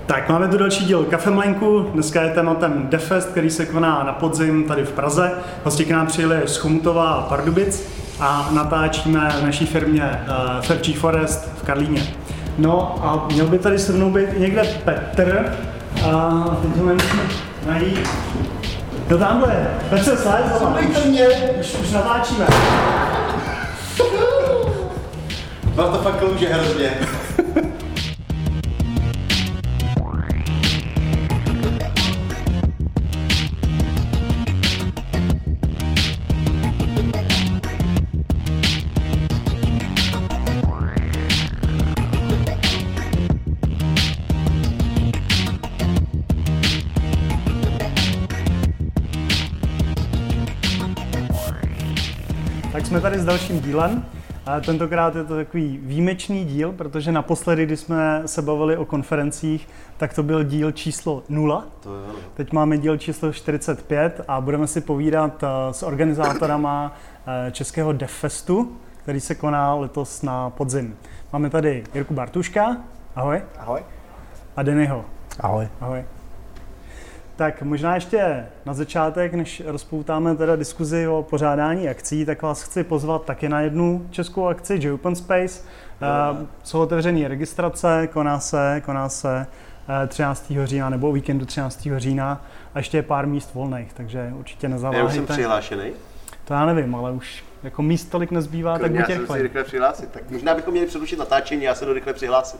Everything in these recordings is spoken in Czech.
Tak máme tu další díl Kafemlejnku. Dneska je tématem DevFest, který se koná na podzim tady v Praze. Hosti k nám přijeli z Chomutova a Pardubic a natáčíme v naší firmě Fairtree Forest v Karlíně. No a měl by tady se mnou být někde Petr a teď ho musím najít. No tamhle je. Petře, slide za vámi. Už natáčíme. Vás to fakt klouže hrozně. Tak jsme tady s dalším dílem. A tentokrát je to takový výjimečný díl, protože naposledy, když jsme se bavili o konferencích, tak to byl díl číslo 0. Teď máme díl číslo 45 a budeme si povídat s organizátorama českého DevFestu, který se koná letos na podzim. Máme tady Jirku Bartuška, ahoj. Ahoj. A Dennyho. Ahoj. Ahoj. Tak možná ještě na začátek, než rozpoutáme teda diskuzi o pořádání akcí, tak vás chci pozvat taky na jednu českou akci, J-Open Space. Jsou otevřené registrace, koná se 13. října nebo o víkendu 13. října a ještě je pár míst volných, takže určitě nezaváhejte. Já už jsem přihlášený. To já nevím, ale už jako míst tolik nezbývá, tak buď rychle. Já jsem si rychle přihlásit, tak možná bychom měli přerušit natáčení, já se do rychle přihlásit.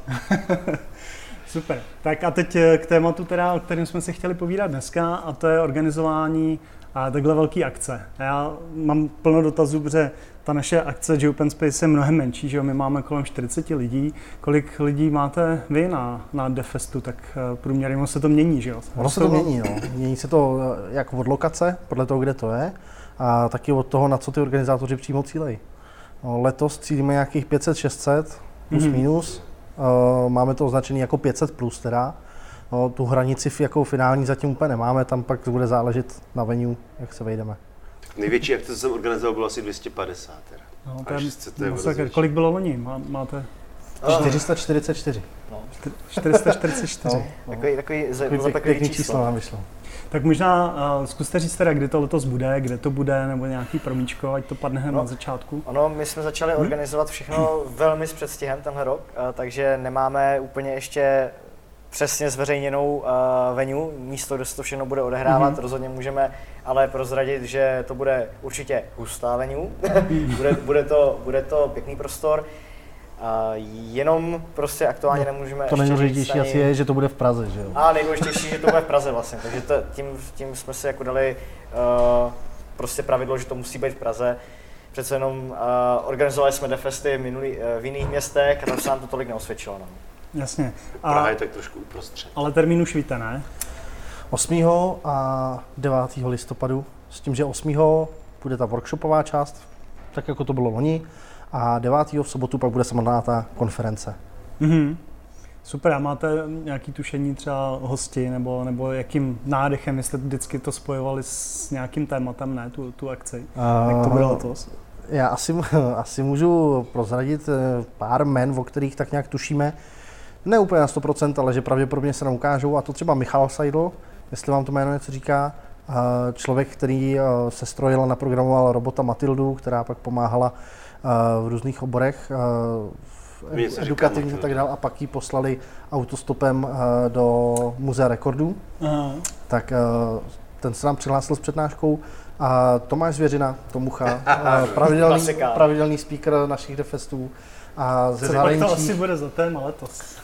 Super. Tak a teď k tématu, teda, o kterém jsme si chtěli povídat dneska, a to je organizování takhle velké akce. Já mám plno dotazů, protože ta naše akce J-Open Space je mnohem menší, že jo? My máme kolem 40 lidí. Kolik lidí máte vy na DevFestu? Tak průměrně se to mění, že jo? Ono se to mění, no. Mění se to jak od lokace, podle toho, kde to je, a taky od toho, na co ty organizátoři přímo cílejí. No, letos cílíme nějakých 500-600, plus minus. Máme to označené jako 500 plus teda. No, tu hranici jako finální zatím úplně nemáme, tam pak bude záležet na venue, jak se vejdeme. Největší akce, co jsem organizoval, bylo asi 250 teda. No, to je kolik bylo loni? Máte? 444. No. 444. No. Takový pěkný číslo nám vyšlo. Tak možná zkuste říct teda, kdy to letos bude, kde to bude, nebo nějaký promíčko, ať to padne hned na začátku. Ono, my jsme začali organizovat všechno velmi s předstihem tenhle rok, takže nemáme úplně ještě přesně zveřejněnou venue, místo, kde se to všechno bude odehrávat. Rozhodně můžeme ale prozradit, že to bude určitě hustá venue, bude to pěkný prostor. Jenom prostě aktuálně nemůžeme to nejdůležitější asi je, že to bude v Praze, že jo? A nejdůležitější, že to bude v Praze vlastně, takže tím jsme si jako dali prostě pravidlo, že to musí být v Praze. Přece jenom organizovali jsme DevFesty v jiných městech a tam se nám to tolik neosvědčilo. No. Jasně. Praha je tak trošku uprostřed. Ale termín už víte, ne? 8. a 9. listopadu, s tím, že 8. bude ta workshopová část, tak jako to bylo loni, a 9. v sobotu pak bude samotná ta konference. Super, a máte nějaké tušení třeba hosti, nebo jakým nádechem, jestli vždycky to spojovali s nějakým tématem, ne, tu akci? Jak to bylo letos? Já asi můžu prozradit pár jmen, o kterých tak nějak tušíme. Ne úplně na 100%, ale že pravděpodobně se nám ukážou, a to třeba Michal Seidl, jestli vám to jméno něco říká. Člověk, který se strojil a naprogramoval robota Matildu, která pak pomáhala v různých oborech, edukativně a tak dále, a pak ji poslali autostopem do Muzea rekordů. Tak ten se nám přihlásil s přednáškou. A Tomáš Zvěřina, Tomucha, pravidelný speaker našich DevFestů. A ze zahraničí... to asi bude za téma letos.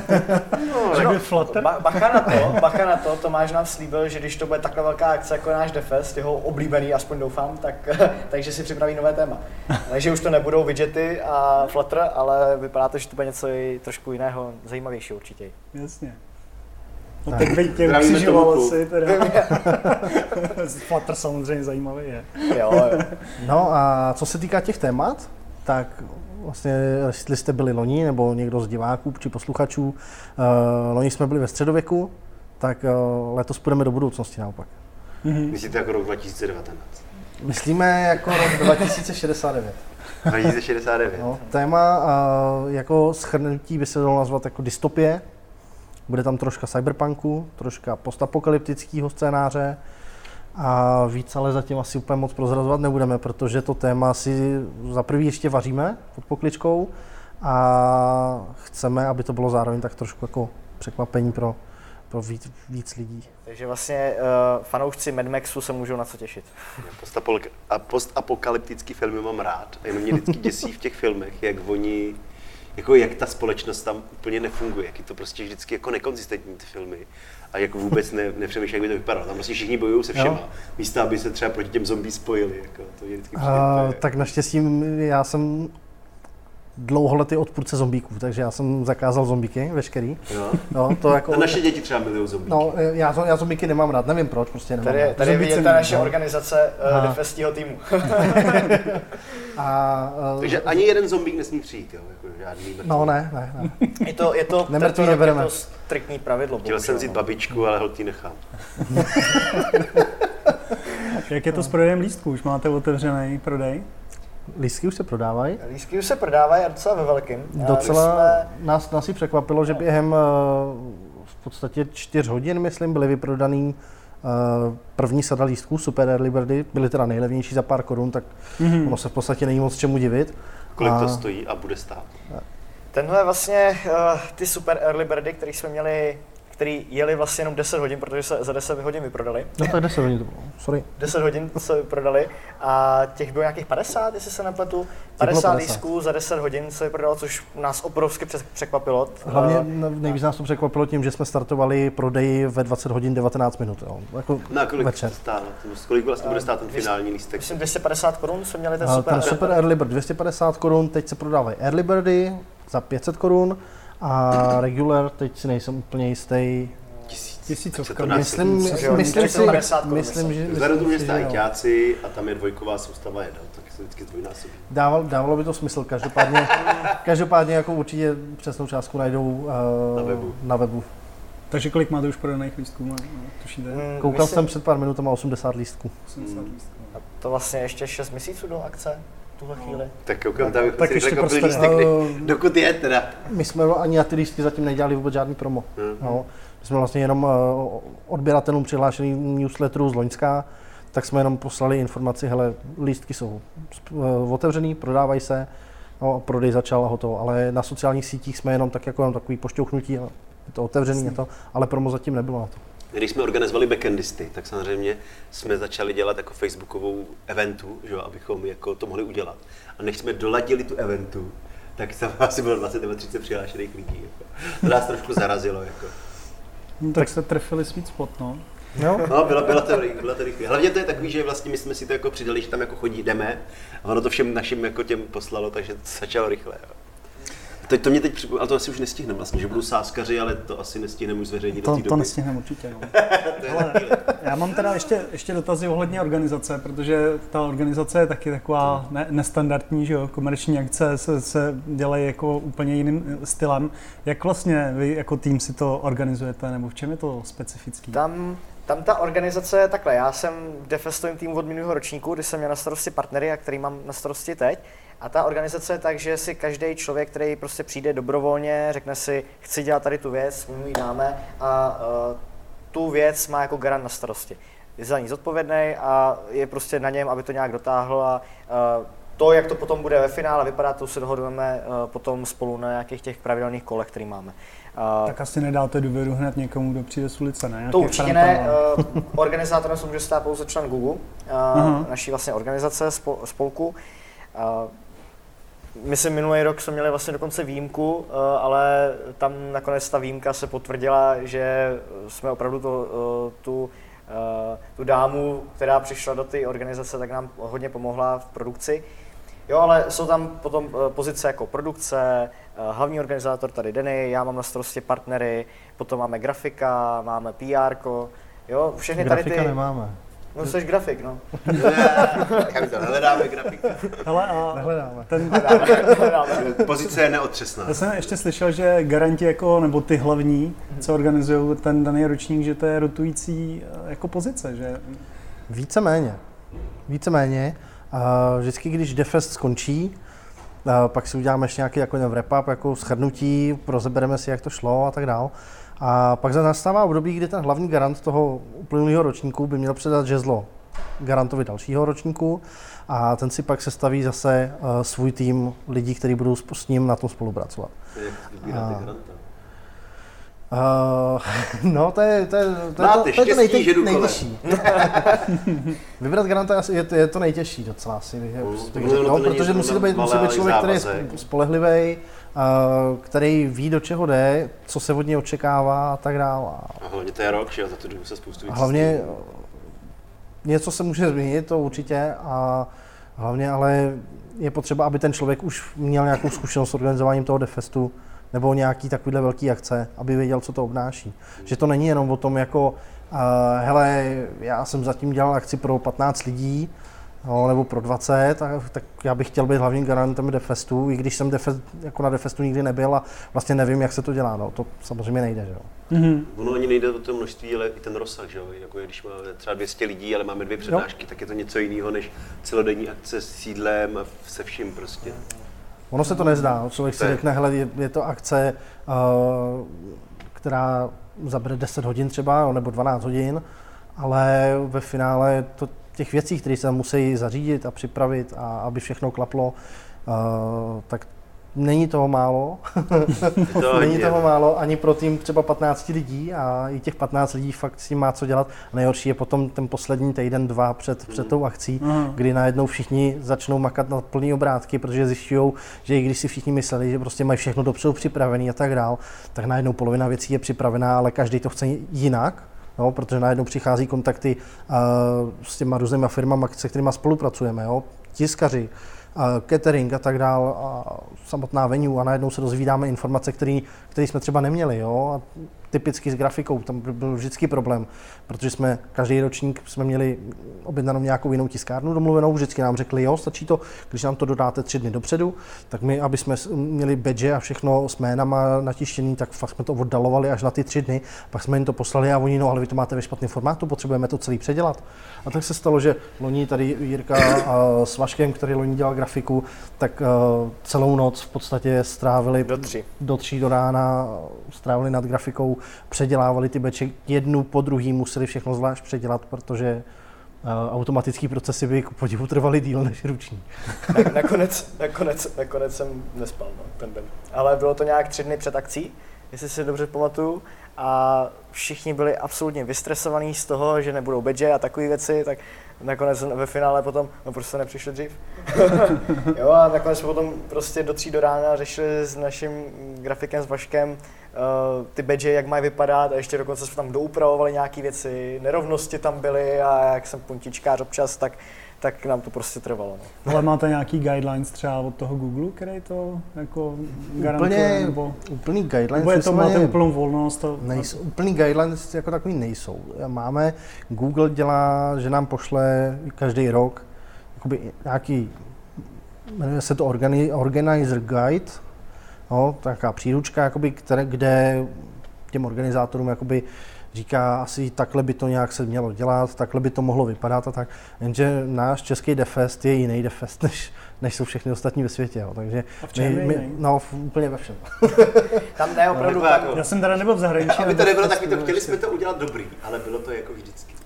Bacha na to, Tomáš nám slíbil, že když to bude takhle velká akce jako náš DevFest, jeho oblíbený, aspoň doufám, takže si připraví nové téma. Takže už to nebudou widgety a Flutter, ale vypadá to, že to bude něco trošku jiného, zajímavější určitě. Jasně. No tak tě ukřižoval asi teda. Flutter samozřejmě zajímavý je. Jo. No a co se týká těch témat, tak vlastně, jestli jste byli loni, nebo někdo z diváků či posluchačů, loni jsme byli ve středověku, tak letos půjdeme do budoucnosti naopak. Myslíte jako rok 2019? Myslíme jako rok 2069. 2069. No, téma jako shrnutí by se dalo nazvat jako dystopie, Bude tam troška cyberpunku, troška postapokalyptického scénáře a víc ale zatím asi úplně moc prozrazovat nebudeme, protože to téma si za prvý ještě vaříme pod pokličkou a chceme, aby to bylo zároveň tak trošku jako překvapení pro víc lidí. Takže vlastně fanoušci Mad Maxu se můžou na co těšit. Postapokalyptický filmy mám rád. A jenom mě vždycky děsí v těch filmech, jak ta společnost tam úplně nefunguje, jak je to prostě vždycky jako nekonzistentní ty filmy a jako vůbec nepřemýšlí, jak by to vypadalo. Tam prostě všichni bojují se všema, místo aby se třeba proti těm zombie spojili. Jako, to je vždycky tak naštěstí já jsem dlouholetý odpůrce zombíků, takže já jsem zakázal zombíky veškerý. No, to jako... naše děti třeba milují zombíky. No, já zombíky nemám rád, nevím proč, prostě nemám rád. Tady je vidět ta naše organizace Defestího týmu. Takže ani jeden zombík nesmí přijít, jo? Jako žádný mrtvý. No ne. Je to nemrtvý nebereme. Je to striktní pravidlo. Chtěl jsem vzít babičku, ale holky nechám. Jak je to s prodejem lístků? Už máte otevřený prodej? Lístky už se prodávají? Lístky už se prodávají a docela ve velkým. Nás i překvapilo, že během v podstatě 4 hodin, myslím, byly vyprodaný první sada lístků, Super Early Birdy, byly teda nejlevnější za pár korun, tak ono se v podstatě není moc čemu divit. Kolik to stojí a bude stát? Tenhle vlastně ty Super Early Birdy, který jeli vlastně jenom 10 hodin, protože se za 10 hodin vyprodali. No tak 10 hodin to bylo, sorry. 10 hodin se vyprodali a těch bylo nějakých 50, jestli se nepletu. 50 lístků za 10 hodin se vyprodalo, což nás obrovsky překvapilo. Hlavně nejvíc nás to překvapilo tím, že jsme startovali prodej ve 20 hodin 19 minut. Jo. Jako na kolik večer. Kolik vlastně bude stát ten finální lístek? Myslím 250 korun jsme měli ten Super. Ten Super Early Bird 250 korun, teď se prodávají Early Birdy za 500 korun. A regular, teď si nejsem úplně jistý. Tisícovka. Myslím, že... Vzhledem tomu, že jste ajťáci a tam je dvojková soustava jedna, tak se vždycky zdvojnásobí. Dávalo by to smysl, každopádně jako určitě přesnou částku najdou na webu. Takže kolik máte už prodaných lístků? Tušíte? Koukal jsem před pár minutama 80 lístků. A to vlastně ještě 6 měsíců do akce? Tuhle chvíli. Tak koukám tam, tak si řekl lístek, dokud je teda. My jsme ani na ty lístky zatím nedělali vůbec žádný promo. No, my jsme vlastně jenom odběratelům přihlášený newsletteru z Loňska, tak jsme jenom poslali informaci, hele, lístky jsou otevřený, prodávají se, no, prodej začal a hotovo, ale na sociálních sítích jsme jenom tak jako takový pošťouchnutí, je to otevřený, ale promo zatím nebylo na to. Když jsme organizovali backendisty, tak samozřejmě jsme začali dělat jako facebookovou eventu, že, abychom jako to mohli udělat. A než jsme doladili tu eventu, tak tam asi bylo 29-30 přihlášených lidí. Jako. To nás trošku zarazilo. Jako. Tak jste trefili sweet spot, no. No, bylo to rychlé. Hlavně to je takový, že vlastně my jsme si to jako přidali, že tam jako jdeme a ono to všem našim jako těm poslalo, takže to začalo rychle. Jo. To mě teď připomíná, ale to asi už nestihneme vlastně, že budou sázkaři, ale to asi nestihneme už zveřejnit do té doby. To nestihneme určitě, no. Ale já mám teda ještě dotazy ohledně organizace, protože ta organizace je taky taková nestandardní, že jo, komerční akce se dělají jako úplně jiným stylem. Jak vlastně vy jako tým si to organizujete, nebo v čem je to specifický? Tam ta organizace je takhle, já jsem v Defestovém týmu od minulého ročníku, kdy jsem měl na starosti partnery a který mám na starosti teď. A ta organizace je tak, že si každý člověk, který prostě přijde dobrovolně, řekne si, chci dělat tady tu věc, my mu ji dáme a tu věc má jako garant na starosti. Je za ní zodpovědný a je prostě na něm, aby to nějak dotáhl a to, jak to potom bude ve finále vypadat, to se dohodujeme potom spolu na nějakých těch pravidelných kolech, který máme. Tak asi nedáte důvěru hned někomu, kdo přijde z ulice, ne? To určitě ne. Organizátorem se může stát pouze člen Google, naší vlastně organizace, spolku. Myslím, minulý rok jsme měli vlastně dokonce výjimku, ale tam nakonec ta výjimka se potvrdila, že jsme opravdu tu dámu, která přišla do té organizace, tak nám hodně pomohla v produkci. Jo, ale jsou tam potom pozice jako produkce, hlavní organizátor tady Denny, já mám na starosti partnery, potom máme grafika, máme PR-ko, jo, všechny tady ty... Grafika nemáme. No, jsi grafik, no. Jak to nehledáme grafika. Hele, a nehledáme. Pozice je neotřesná. Já jsem ještě slyšel, že garanti jako, nebo ty hlavní, co organizují ten daný ročník, že to je rotující jako pozice, že? Víceméně. Vždycky, když Defest skončí, pak si uděláme ještě nějaký jako wrap-up, jako shrnutí, rozebereme si, jak to šlo a tak dál. A pak nastává období, kdy ten hlavní garant toho uplynulého ročníku by měl předat žezlo garantovi dalšího ročníku a ten si pak sestaví zase svůj tým lidí, kteří budou s ním na tom spolupracovat. No, to je to nejtěžší. Vybrat garanta je to nejtěžší docela asi. Protože musí to být člověk, který je spolehlivý, který ví, do čeho jde, co se od něj očekává a tak dále. A hlavně to je rok, že za to dobu se spoustu věcí. Hlavně něco se může změnit, to určitě, a hlavně ale je potřeba, aby ten člověk už měl nějakou zkušenost s organizováním toho Defestu nebo nějaký takovýhle velký akce, aby věděl, co to obnáší. Že to není jenom o tom jako, hele, já jsem zatím dělal akci pro 15 lidí, no, nebo pro 20, tak já bych chtěl být hlavním garantem Defestu, i když jsem jako na Defestu nikdy nebyl a vlastně nevím, jak se to dělá, no, to samozřejmě nejde, že jo. Ono ani nejde o to množství, ale i ten rozsah, že jo, jako když máme třeba 200 lidí, ale máme 2 přednášky, tak je to něco jiného než celodenní akce s sídlem a se vším prostě. Ono se to nezdá, člověk si řekne, hele, je to akce, která zabere 10 hodin třeba, nebo 12 hodin, ale ve finále těch věcí, které se musí zařídit a připravit a aby všechno klaplo, tak není toho málo. Není toho málo ani pro tým třeba 15 lidí a i těch 15 lidí fakt s tím má co dělat. A nejhorší je potom ten poslední týden, 2 před tou akcí, kdy najednou všichni začnou makat na plný obrátky, protože zjišťují, že i když si všichni mysleli, že prostě mají všechno dopředu připravené a tak dál, tak najednou polovina věcí je připravená, ale každý to chce jinak. No, protože najednou přichází kontakty s těma různýma firmama, se kterými spolupracujeme, jo? Tiskaři, catering a tak dál, a samotná venue, a najednou se dozvídáme informace, které jsme třeba neměli. Jo? A typicky s grafikou, tam byl vždycky problém, protože jsme každý ročník jsme měli objednanou nějakou jinou tiskárnu domluvenou, vždycky nám řekli, jo, stačí to, když nám to dodáte 3 dny dopředu, tak my, aby jsme měli badge a všechno s jménama natištěný, tak fakt jsme to oddalovali až na ty 3 dny, pak jsme jim to poslali a oni, no, ale vy to máte ve špatném formátu, potřebujeme to celý předělat. A tak se stalo, že loni tady Jirka s Vaškem, který loni dělal grafiku, tak celou noc v podstatě strávili do 3 do rána, strávili nad grafikou, předělávali ty beče, jednu po druhý museli všechno zvlášť předělat, protože automatický procesy by ku podivu trvaly díl než ruční. Nakonec jsem nespal, no, ten den. Ale bylo to nějak 3 dny před akcí, jestli si dobře pamatuju, a všichni byli absolutně vystresovaní z toho, že nebudou badge a takové věci, tak nakonec ve finále potom, no proč jste nepřišli dřív? Jo, a nakonec jsme potom prostě do 3 do rána řešili s naším grafikem, s Vaškem, ty badge, jak mají vypadat, a ještě dokonce jsme tam doupravovali nějaké věci, nerovnosti tam byly, a jak jsem puntičkář občas, tak nám to prostě trvalo. No. Ale máte nějaký guidelines třeba od toho Google, který to jako garantuje? Úplný guidelines, nebo je to máte úplnou volnost? Úplný guidelines jako takový nejsou. Google dělá, že nám pošle každý rok jakoby nějaký, jmenuje se to Organizer Guide, no, taková příručka, jakoby, kde těm organizátorům jakoby říká, asi takhle by to nějak se mělo dělat, takhle by to mohlo vypadat a tak. Jenže náš český Defest je jiný Defest, než jsou všechny ostatní ve světě. Jo. Takže a v čem no, úplně ve všem. Tam ne, opravdu. No, jako, já jsem teda nebyl v zahraničí. Aby to nebylo, tak my to chtěli jsme to udělat dobrý, ale bylo to jako vždycky.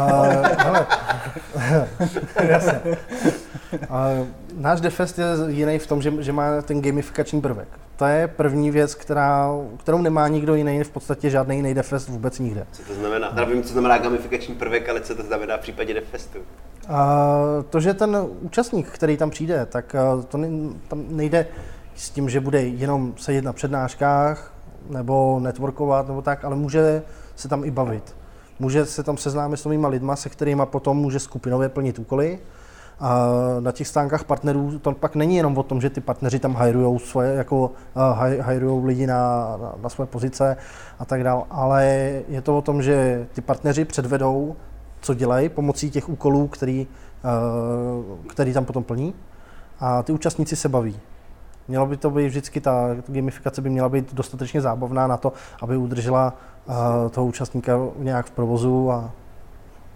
Jasně. Náš Defest je jiný v tom, že má ten gamifikační prvek. To je první věc, kterou nemá nikdo jiný, v podstatě žádný jiný Defest vůbec nikde. Co to znamená? Teda vím, co znamená gamifikační prvek, ale co to znamená v případě Defestu? To, že ten účastník, který tam přijde, tak tam nejde s tím, že bude jenom sedět na přednáškách nebo networkovat nebo tak, ale může se tam i bavit. Může se tam seznámit s novýma lidma, se kterými potom může skupinově plnit úkoly. A na těch stánkách partnerů to pak není jenom o tom, že ty partneři tam hirujou lidi na své pozice a tak dále, ale je to o tom, že ty partneři předvedou, co dělají pomocí těch úkolů, který tam potom plní, a ty účastníci se baví. Mělo by to být vždycky, ta gamifikace by měla být dostatečně zábavná na to, aby udržela toho účastníka nějak v provozu a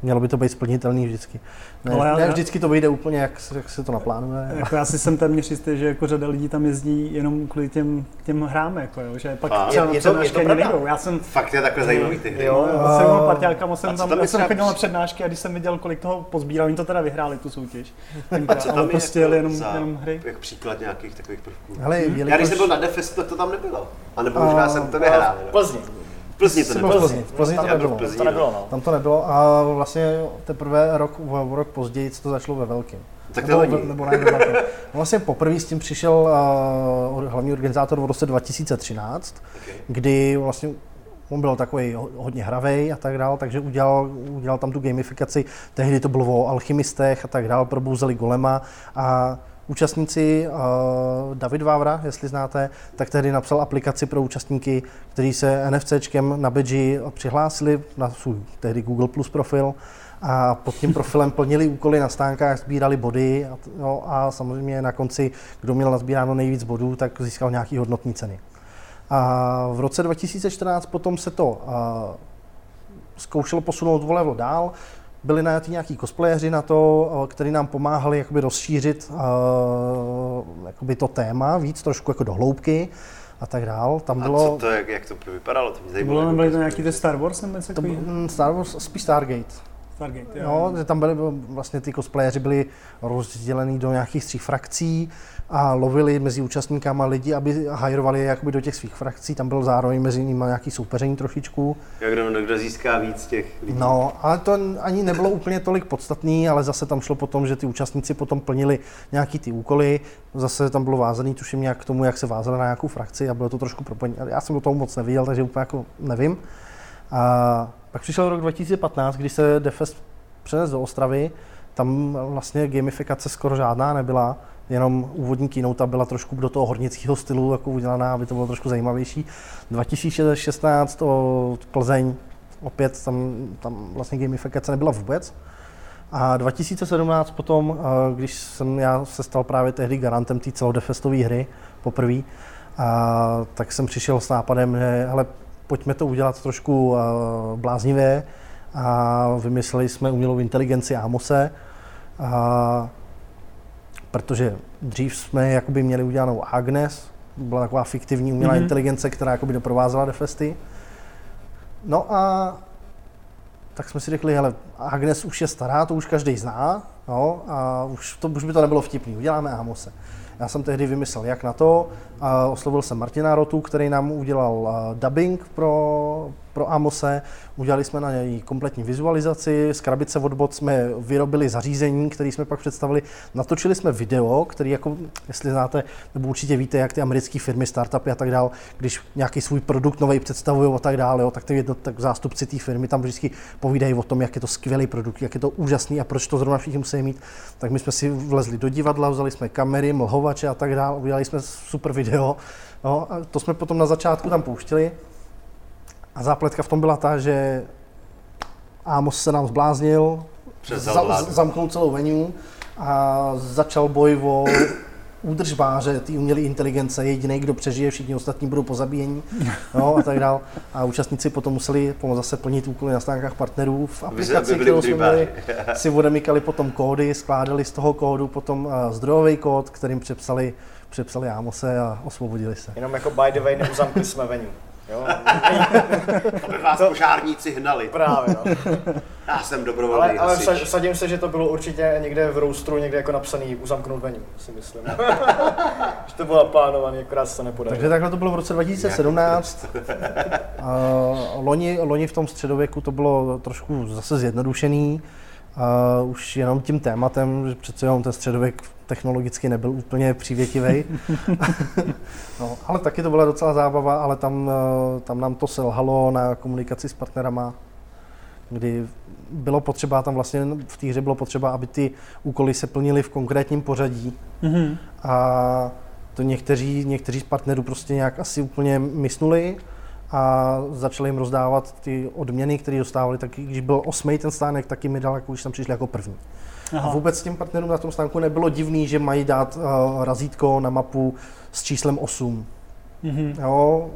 Mělo by to být splnitelný vždycky. Ne vždycky to vyjde úplně, jak se to naplánuje. Jako já si jsem téměř jistý, že jako řada lidí tam jezdí jenom kvůli těm hrám, jako, jo, že pak třeba přednášky ani nejdou. Fakt je takhle zajímavý ty hry. Jo, jsem byl parťákama, já jsem chodil na přednášky a když jsem viděl, kolik toho pozbíral, oni to teda vyhráli tu soutěž. Ale prostě jeli jenom hry. Jak příklad nějakých takových prvků. Já když jsem byl na Defestu, tak to tam nebylo. A nebo možná jsem to nehrál. Plzni to nebylo. Plzni to nebylo. No. Tam to nebylo a vlastně teprve rok později to začalo ve velkém. Tak to nebo ne ve velkém. Vlastně poprvé s tím přišel hlavní organizátor v roce 2013, kdy vlastně on byl takový hodně hravej a tak dál, takže udělal tam tu gamifikaci. Tehdy to bylo o alchymistech a tak dál, probouzeli golema a účastníci, David Vávra, jestli znáte, tak tehdy napsal aplikaci pro účastníky, kteří se NFCčkem na badži přihlásili na svůj tehdy Google Plus profil a pod tím profilem plnili úkoly na stánkách, sbírali body a samozřejmě na konci, kdo měl nazbíráno nejvíc bodů, tak získal nějaký hodnotní ceny. A v roce 2014 potom se to zkoušelo posunout o level dál. Byli najatí nějaký cosplayeři na to, kteří nám pomáhali jakoby rozšířit jakoby to téma víc, trošku jako do hloubky a tak dál. Tam bylo... A co to, jak to vypadalo? To mě zajímalo. Byly to nějaký ty Star Wars nebo něco takový? Star Wars, spíš Stargate. Jo. Že tam byli vlastně ty cosplayeři byli rozdělení do nějakých 3 frakcí a lovili mezi účastníkama lidi, aby hajrovali jakoby do těch svých frakcí. Tam bylo zároveň mezi nimi nějaký soupeření trošičku. Kdo získá víc těch lidí. No, ale to ani nebylo úplně tolik podstatný, ale zase tam šlo potom, že ty účastníci potom plnili nějaký ty úkoly. Zase tam bylo vázaný, tuším nějak k tomu, jak se vázali na nějakou frakci a bylo to trošku propojení. Já jsem do toho moc neviděl, takže úplně jako nevím. A pak přišel rok 2015, kdy se Defest přenesl do Ostravy. Tam vlastně gamifikace skoro žádná nebyla, jenom úvodní keynote byla trošku do toho hornického stylu jako udělaná, aby to bylo trošku zajímavější. 2016 Plzeň, opět tam vlastně gamifikace nebyla vůbec. A 2017 potom, když já se stal právě tehdy garantem té celodefestové hry poprvé, tak jsem přišel s nápadem, že hele, pojďme to udělat trošku bláznivě a vymysleli jsme umělou inteligenci Amose, protože dřív jsme jakoby měli udělanou Agnes, byla taková fiktivní umělá inteligence, která jakoby doprovázela Defesty. No a tak jsme si řekli, hele, Agnes už je stará, to už každý zná, no, a už by to nebylo vtipný, uděláme Amose. Já jsem tehdy vymyslel, jak na to, a oslovil jsem Martina Rotu, který nám udělal dubbing pro Amose. Udělali jsme na něj kompletní vizualizaci, z krabice od bot jsme vyrobili zařízení, které jsme pak představili. Natočili jsme video, který, jako, jestli znáte, nebo určitě víte, jak ty americké firmy, startupy a tak dál, když nějaký svůj produkt nový představují a tak dále, tak zástupci té firmy tam vždycky povídají o tom, jak je to skvělý produkt, jak je to úžasný a proč to zrovna všichni musí mít. Tak my jsme si vlezli do divadla, vzali jsme kamery, mlhovače a tak dále, udělali jsme super video. No, a to jsme potom na začátku tam pouštili. A zápletka v tom byla ta, že Amos se nám zbláznil, zamknul celou venue a začal boj o údržbáře té umělé inteligence, jediný, kdo přežije, všichni ostatní budou pozabíjení, no, a tak dál. A účastníci potom museli zase plnit úkoly na stránkách partnerů v aplikaci, kterou jsme měli, si odemykali potom kódy, skládali z toho kódu potom zdrojový kód, kterým přepsali Amose a osvobodili se. Jenom jako by the way, neuzamkli jsme venue. Jo? Aby vás požárníci hnali. Právě, no. Já jsem dobrovolný ale vsadím se, že to bylo určitě někde v roastru, někde jako napsaný uzamknout venue, si myslím. Že to bylo plánované, akorát se to nepodařilo. Takže takhle to bylo v roce 2017. Loni v tom středověku to bylo trošku zase zjednodušený. Už jenom tím tématem, že přece jenom ten středověk technologicky nebyl úplně přívětivý. No, ale taky to byla docela zábava, ale tam nám to selhalo na komunikaci s partnerama, kdy bylo potřeba, tam vlastně v té hře bylo potřeba, aby ty úkoly se plnily v konkrétním pořadí. Mm-hmm. A to někteří z partnerů prostě nějak asi úplně mysnuli a začali jim rozdávat ty odměny, které dostávali, tak když byl 8. ten stánek, taky mi dal, jako když tam přišli jako první. Aha. A vůbec těm partnerům na tom stánku nebylo divný, že mají dát razítko na mapu s číslem 8. Mm-hmm. Jo,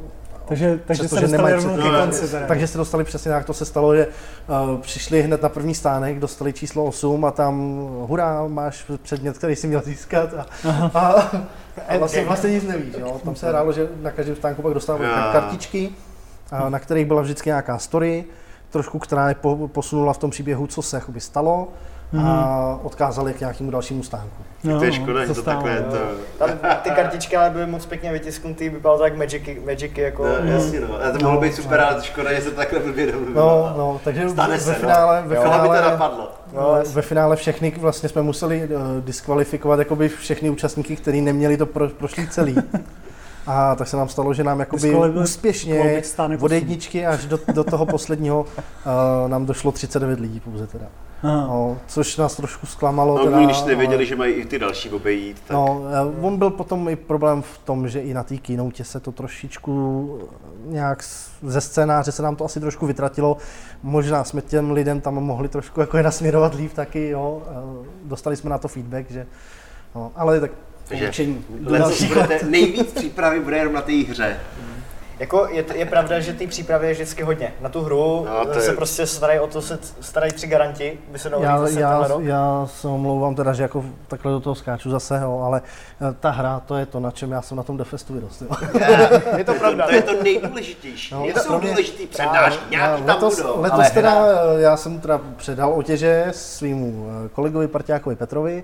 Takže Přestože se dostali nemají rovnou ke konci. Teda. Takže se dostali přesně tak, to se stalo, že přišli hned na první stánek, dostali číslo 8 a tam hurá, máš předmět, který si měl získat a vlastně nic nevíš. Jo? Tam se hrálo, že na každém stánku pak dostávali kartičky, na kterých byla vždycky nějaká story, trošku, která je posunula v tom příběhu, co se stalo a odkázali k nějakému dalšímu stánku. To je škoda, že to takové to... Tam ty kartičky ale byly moc pěkně vytisknutý, vypadalo to jak Magicy jako... Jasně no, a to mohlo být super, ale škoda, že se to takhle blbě domluvilo. No, takže stane se, ve finále by to napadlo. Ve finále všechny vlastně jsme museli diskvalifikovat jakoby všechny účastníky, kteří neměli to prošli celý. A tak se nám stalo, že nám jakoby úspěšně od jedničky až do toho posledního nám došlo 39 lidí pouze teda. No, což nás trošku zklamalo. No, když nevěděli, že mají i ty další obejít. Tak... No, on byl potom i problém v tom, že i na té keynote se to trošičku nějak ze scénáře se nám to asi trošku vytratilo. Možná jsme těm lidem tam mohli trošku jako je nasměrovat líp taky, jo. Dostali jsme na to feedback, že no, ale tak učení. Budete nejvíc přípravy bude jenom na té hře. Jako je pravda, že té přípravy je vždycky hodně. Na tu hru se prostě starají o to, se starají 3 garanti, by se dalo říct zase rok. Já se omlouvám teda, že jako takhle do toho skáču zase, jo, ale ta hra, to je to, na čem já jsem na tom Defestu vyrostl. Je to pravda. To je to nejdůležitější. No, jsou důležitý přednášky, nějaký tam budou. Letos teda, já jsem teda předal otěže svýmu kolegovi, parťákovi Petrovi,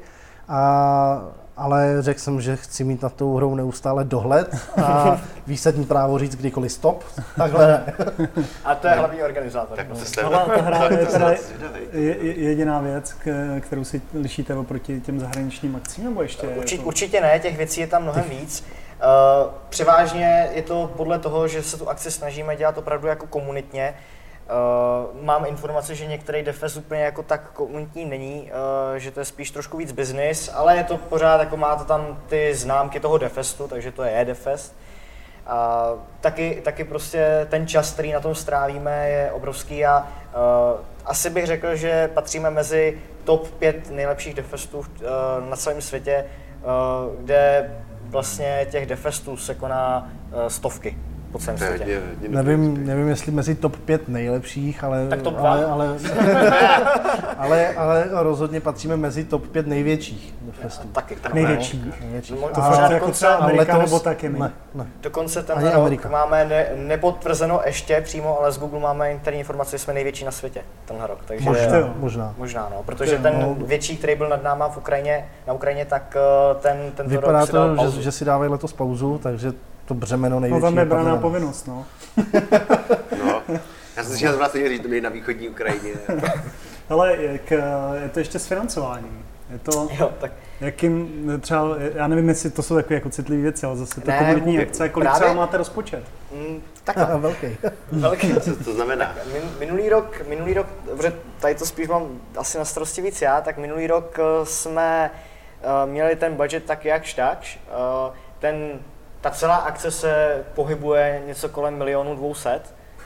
ale řekl jsem, že chci mít na tou hrou neustále dohled a výsadní právo říct kdykoliv stop. Takhle ne. A to je hlavní organizátor. Ale ta hra je teda jediná věc, kterou si lišíte oproti těm zahraničním akcím, nebo ještě? Určitě ne, těch věcí je tam mnohem víc. Převážně je to podle toho, že se tu akci snažíme dělat opravdu jako komunitně. Mám informace, že některý Defest úplně jako tak komunitní není, že to je spíš trošku víc business, ale je to pořád, jako máte tam ty známky toho Defestu, takže to je Defest. Taky prostě ten čas, který na tom strávíme, je obrovský a asi bych řekl, že patříme mezi top 5 nejlepších Defestů na celém světě, kde vlastně těch Defestů se koná stovky. Po celém světě. Nevím, jestli mezi top 5 nejlepších, ale, tak top 2. ale rozhodně patříme mezi top 5 největších festů. Taky. Největší. To fakt jako třeba Amerika nebo taky my. Ne. Dokonce tenhle rok máme nepotvrzeno ještě přímo, ale z Google máme interní informace, že jsme největší na světě tenhle rok. Takže možná, no, protože ten větší, který byl nad náma na Ukrajině, tak ten vypadá to, že si dávají letos pauzu, takže to břemeno největší. No tam je braná povinnost, no. Já jsem si chtěl vlastně říct, že na východní Ukrajině. Ale je to ještě s financováním? Je to, tak. Jakým třeba, já nevím, jestli to jsou takové jako citlivé věci, ale zase to komunitní akce, kolik právě, třeba máte rozpočet? Velký. Co to znamená? Minulý rok, protože tady to spíš mám asi na starosti víc já, tak minulý rok jsme měli ten budget tak jakž takž. Ta celá akce se pohybuje něco kolem 1 200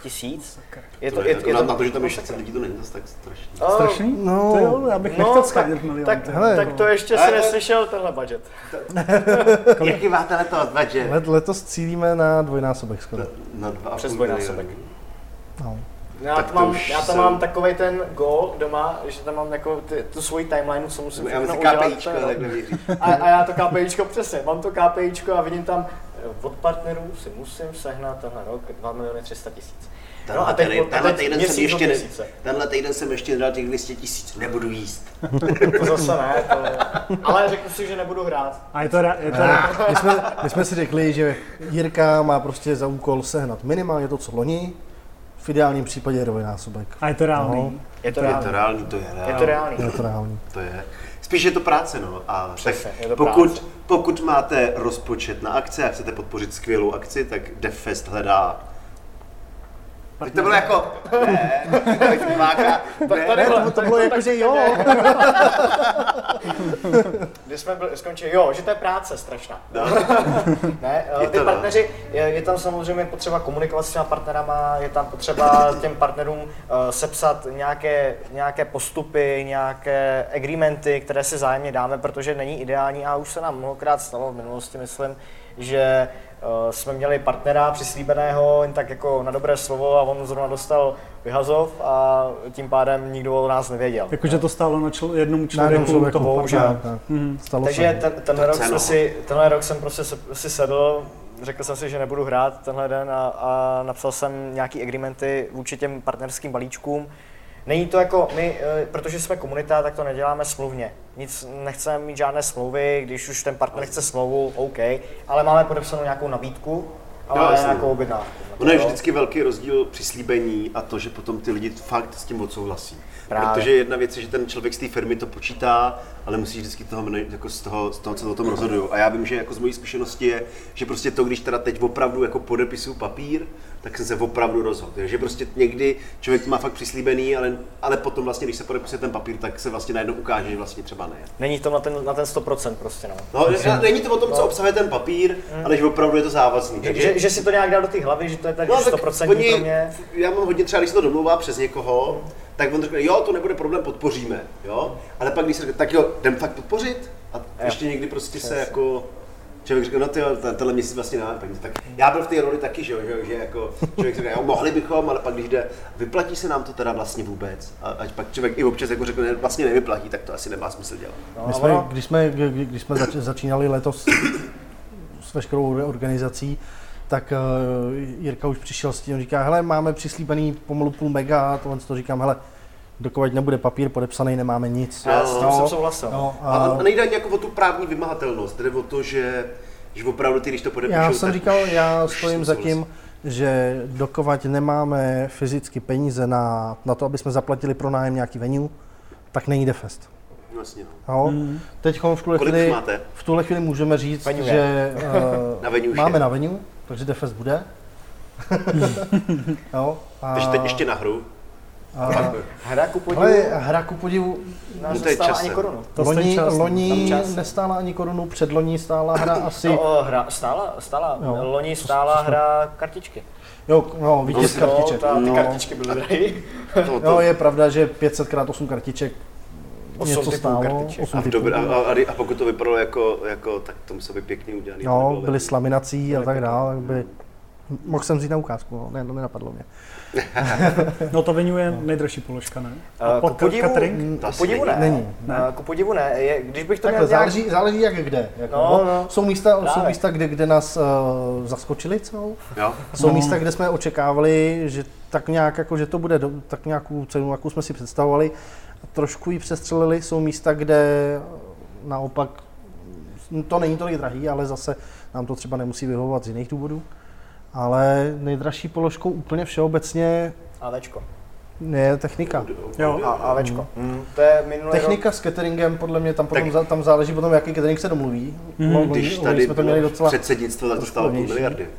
000. Na to, že tam je 600 lidí, to není zase tak strašný. Strašný? No, to jo, já bych nechtěl skádět milion. Tak to ještě si neslyšel tenhle budget. Jaký máte letos budget? Letos cílíme na dvojnásobek skoro. Na 2,5 přes dvojnásobek. No. Já tam mám takovej ten goal doma, že tam mám jako tu svoji timeline, co musím všechno udělat. A já to KPIčko přesně, mám to KPIčko a vidím tam, od partnerů si musím sehnat tenhle rok 2 300 000. No a tenhle týden jsem ještě dal těch 200 000, nebudu jíst. To zase ne, ale řeknu si, že nebudu hrát. A je to my jsme si řekli, že Jirka má prostě za úkol sehnat minimálně to, co loni, v ideálním případě dvojnásobek. A je to reálný? Je to reálný. To je. Spíš je to práce, no. A přesně, pokud máte rozpočet na akce a chcete podpořit skvělou akci, tak Defest hledá. Teď to bylo jako, to bylo jako, že jo. Když jsme skončili, že to je práce strašná. Ne, ty partneři, je tam samozřejmě potřeba komunikovat s těma partnerama, je tam potřeba těm partnerům sepsat nějaké postupy, nějaké agreementy, které si vzájemně dáme, protože není ideální a už se nám mnohokrát stalo v minulosti, myslím, že jsme měli partnera přislíbeného jen tak jako na dobré slovo a on zrovna dostal vyhazov a tím pádem nikdo o nás nevěděl. Jakože to stálo na jednomu člověku toho bohužel. Takže se. tenhle rok jsem prostě si sedl, řekl jsem si, že nebudu hrát tenhle den a napsal jsem nějaký agreementy vůči těm partnerským balíčkům. Není to jako my, protože jsme komunita, tak to neděláme smluvně. Nic, nechceme mít žádné smlouvy, když už ten partner chce smlouvu, OK, ale máme podepsanou nějakou nabídku, ale nějakou objednávku. Ono je vždycky velký rozdíl přislíbení a to, že potom ty lidi fakt s tím odsouhlasí. Právě. Protože jedna věc je, že ten člověk z té firmy to počítá, ale musí vždycky jako z toho, co o tom rozhodují. A já vím, že jako z mojí zkušenosti je, že prostě to, když teda teď opravdu jako podepisuju papír, tak jsem se opravdu rozhodl. Takže prostě někdy člověk má fakt přislíbený, ale potom vlastně, když se podepisuje ten papír, tak se vlastně najednou ukáže, že vlastně třeba ne. Není to na ten 100% prostě, no. Není to o tom, co obsahuje ten papír, ale že opravdu je to závazný. Že si to nějak dá do té hlavy, že to je tak 100% pro mě. Já mám hodně třeba, když se to domlouvá přes někoho, tak on řekne, jo, to nebude problém, podpoříme, jo. Ale pak když se řekne, tak jo, jdem fakt podpořit? A ještě někdy prostě se jako člověk řekne, no tyjo, tenhle měsíc vlastně nemáme peníze. Tak já byl v té roli taky, že jako člověk řekne, jo, mohli bychom, ale pak když jde, vyplatí se nám to teda vlastně vůbec? A ať pak člověk i občas jako řekne, vlastně nevyplatí, tak to asi nemá smysl dělat. No, když jsme začínali letos s veškerou organizací, tak Jirka už přišel s tím, říká, hele, máme přislíbený pomalu 0,5 mega, a tohle to říkám, hele, dokud nebude papír podepsaný, nemáme nic. Já s tím jsem souhlasil. A nejde ani jako o tu právní vymahatelnost, jde o to, že opravdu ty, když to podepíšou, já jsem říkal, já stojím za tím, že dokud nemáme fyzicky peníze na to, aby jsme zaplatili pronájem nějaký venue, tak nejde fest. Vlastně, no. Teď v tuhle chvíli můžeme říct, venue že máme na venue, takže Defest bude. Takže teď ještě na hru. Hra ku podivu nás nestála ani korunu. Loni nestála ani korunu, předloni stála hra asi... Stála. Loni stála hra kartičky. Jo, vítěz kartiček. Ty kartičky byly drahé. No, je pravda, že 500x8 kartiček něco stálo. A pokud to vypadalo jako tak to muselo být pěkně udělané. No, byly s laminací a tak dále. Mohl jsem vzít na ukázku, ne, to nenapadlo mě. No to venue je nejdražší položka, ne? Ku podivu ne. Ku podivu ne. Když bych to měl záleží jak kde. Jsou místa, kde nás zaskočili celou. Jsou místa, kde jsme očekávali, že tak nějak jako, že to bude tak nějakou cenu, jakou jsme si představovali. Trošku ji přestřelili. Jsou místa, kde naopak to není tolik drahý, ale zase nám to třeba nemusí vyhovovat z jiných důvodů. Ale nejdražší položkou úplně všeobecně AVčko. Je technika. Jo, AVčko. To je technika s cateringem, podle mě tam záleží potom, jaký catering se domluví. Když tady jsme to měli docela předsednictvo, tak to stálo 0,5 miliardy.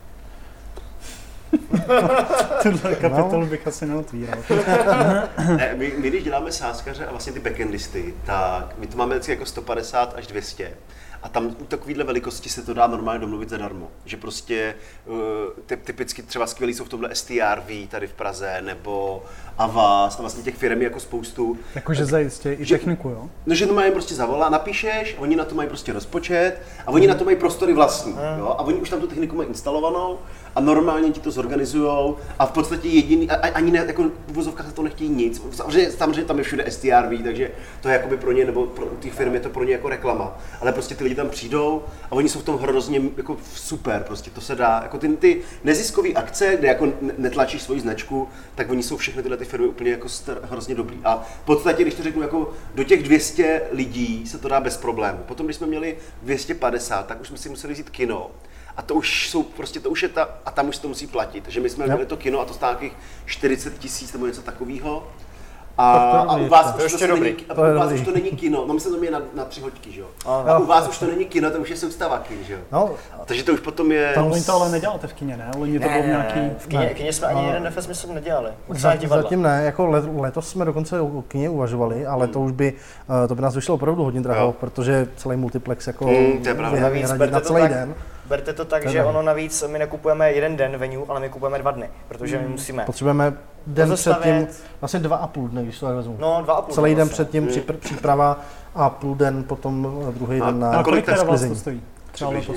Tuhle kapitolu bych asi neotvíral. My když děláme sázkaře a vlastně ty backendisty, tak my to máme vždycky jako 150 až 200. A tam u takovéhle velikosti se to dá normálně domluvit zadarmo. Že prostě typicky třeba skvělí jsou v tomhle STRV tady v Praze, nebo Avast, vlastně těch firm je jako spoustu. Jakože zajistě i techniku, jo? No, že to mají prostě zavolá, napíšeš, oni na to mají prostě rozpočet a oni na to mají prostory vlastní, jo? A oni už tam tu techniku mají instalovanou a normálně ti to zorganizujou a v podstatě jediný, ani ne, jako v uvozovkách se to nechtějí nic. Samozřejmě tam je všude STRV, takže to je jakoby pro ně, nebo pro ty firmy je to pro ně jako reklama. Ale prostě ty lidi tam přijdou a oni jsou v tom hrozně jako super, prostě to se dá, jako ty neziskové akce, kde jako netlačíš svoji značku, tak oni jsou všechny tyhle ty firmy úplně jako hrozně dobrý. A v podstatě, když to řeknu, jako do těch 200 lidí se to dá bez problémů. Potom, když jsme měli 250, tak už jsme si museli vzít kino. A to už jsou prostě, to už je a tam už to musí platit. Takže my jsme měli to kino a to stálo nějakých 40 000 nebo něco takového. A u vás už to není kino, no my jsme to měli na 3 hoďky, že jo? A u vás už to není kino, to už je soustavaky, že jo? No. Takže to už potom je... Tam to ale neděláte v kině, ne? Loni to bylo nějaký... V kině jsme ani jeden Defest myslím nedělali. Zatím ne, jako letos jsme dokonce o kině uvažovali, ale to už by nás vyšlo opravdu hodně draho, protože celý multiplex jako vyhradit na celý den. Berte to tak, že ono navíc my nekupujeme jeden den venue, ale my kupujeme 2 dny, protože my musíme. Potřebujeme den předtím, vlastně 2,5 dny, když to tak vezmu. No, 2,5. Celý den předtím příprava a půl den potom druhý den na kolik teda vás to stojí? Třeba letos?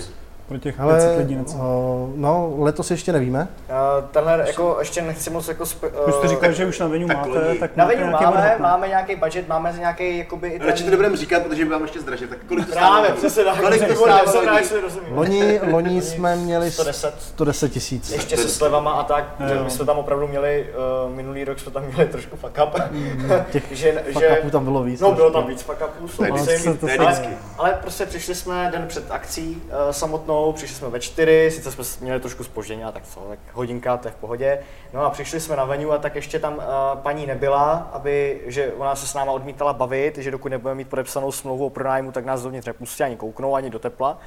pro těch 500 lidí něco? No, letos ještě nevíme. Tenhle jako ještě nechci moc jako... Už jste říkal, že už na venue máte, tak na venue máme nějaký budget, máme nějaký jakoby... Radši to nebudeme říkat, protože by vám ještě zdražit, tak kolik to stálo? Právě, přesně tak. Kolik to stálo? Loni jsme měli 110 tisíc. Ještě se slevama a tak, že my jsme tam opravdu měli, minulý rok jsme tam měli trošku fuck up. Těch fuck upů tam bylo víc. No, bylo tam víc fuck upů, ale prostě přišli jsme den před akcí samotnou, přišli jsme ve 4, sice jsme měli trošku zpoždění, tak co, tak hodinka, to je v pohodě. No a přišli jsme na venue a tak ještě tam paní nebyla, že ona se s náma odmítala bavit, že dokud nebudeme mít podepsanou smlouvu o pronájmu, tak nás dovnitř nepustí ani kouknou, ani do tepla.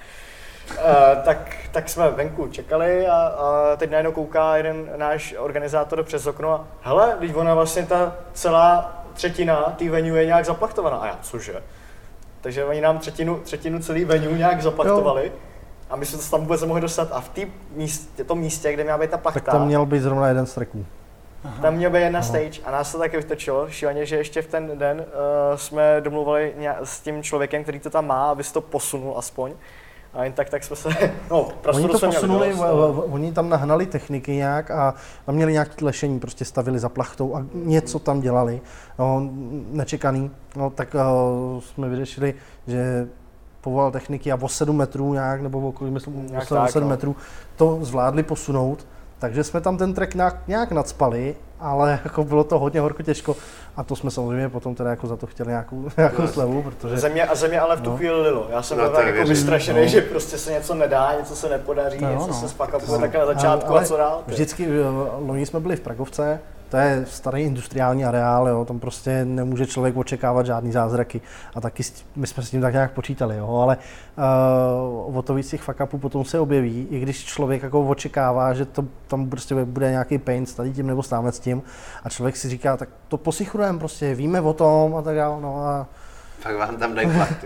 Tak jsme venku čekali a teď najednou kouká jeden náš organizátor přes okno a hele, teď ona vlastně ta celá třetina té venue je nějak zaplachtovaná. A já, cože? Takže oni nám třetinu celý venue nějak zaplachtovali. A my jsme to tam vůbec nemohli dostat a v tom místě, kde měla být ta plachta, tak tam měl být zrovna jeden z tracků. Tam měl být jedna stage a nás to taky vytočilo šíleně, že ještě v ten den jsme domluvili s tím člověkem, který to tam má, aby si to posunul aspoň. A jen tak jsme se, oni to posunuli, oni tam nahnali techniky nějak a tam měli nějaké lešení, prostě stavili za plachtou a něco tam dělali, nečekaný. Tak jsme vyřešili, že povolal techniky a o 7 metrů nějak, nebo okolí, myslím, o 7 metrů to zvládli posunout. Takže jsme tam ten track nějak nacpali, ale jako bylo to hodně horko těžko a to jsme samozřejmě potom teda jako za to chtěli nějakou slevu, protože... Země ale v tu chvíli lilo. Já jsem byl tak jako vystrašený, že prostě se něco nedá, něco se nepodaří, něco se spakapuje tak na začátku a co dál. Vždycky, loni jsme byli v Pragovce, to je starý industriální areál, jo, tam prostě nemůže člověk očekávat žádný zázraky a taky my jsme s tím tak nějak počítali, jo, ale o to víc těch fuck upů potom se objeví, i když člověk jako očekává, že to tam prostě bude nějaký pain s tady tím nebo s tím a člověk si říká, tak to posichrujeme prostě, víme o tom a tak dále, no a... Fakt vám tam dají plachtu.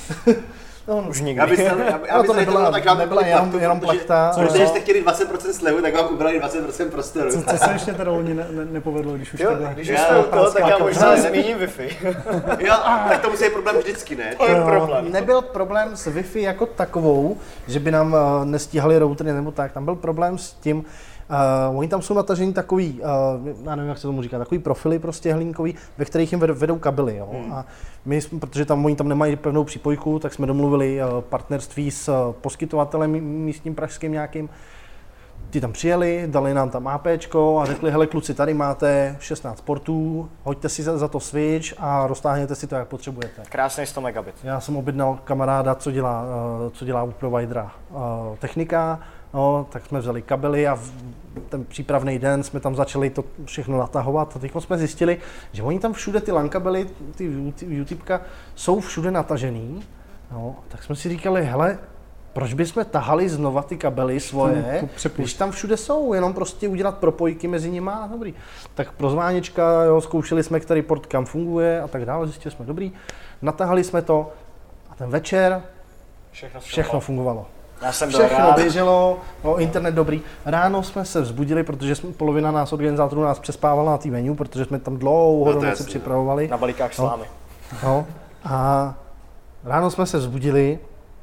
No, už nikdy. Aby to nebyla jenom plachta. Protože jste chtěli 20% slevu, tak vám ubrali 20% prostoru. Co se ještě teda loni nepovedlo, když už takhle? Když už jsme u toho, tak já možná zmíním Wi-Fi. Jo, tak to musí být problém vždycky, ne? Nebyl problém s Wi-Fi jako takovou, že by nám nestíhali routery nebo tak. Tam byl problém s tím, oni tam jsou natažení takový, já nevím, jak se tomu říká, takový profily prostě hlínkový, ve kterých jim vedou kabely, jo. A my, protože oni tam nemají pevnou připojku, tak jsme domluvili partnerství s poskytovatelem místním pražským nějakým. Ti tam přijeli, dali nám tam APčko a řekli, hele kluci, tady máte 16 portů, hoďte si za to switch a roztáhněte si to, jak potřebujete. Krásný 100 megabit. Já jsem objednal kamaráda, co dělá u providera technika. No, tak jsme vzali kabely a ten přípravný den jsme tam začali to všechno natahovat a teď jsme zjistili, že oni tam všude ty LAN kabely, ty UTIPka jsou všude natažený. No, tak jsme si říkali, hele, proč bychom tahali znova ty kabely svoje, když tam všude jsou, jenom prostě udělat propojky mezi nimi a dobrý. Tak prozváněčka, jo, zkoušeli jsme, který port kam funguje a tak dále, zjistili jsme dobrý, natahali jsme to a ten večer všechno fungovalo. Všechno běželo, internet dobrý. Ráno jsme se vzbudili, protože polovina organizátorů nás přespávala na té venue, protože jsme tam dlouho do noci připravovali. Na balíkách slámy. No, a ráno jsme se vzbudili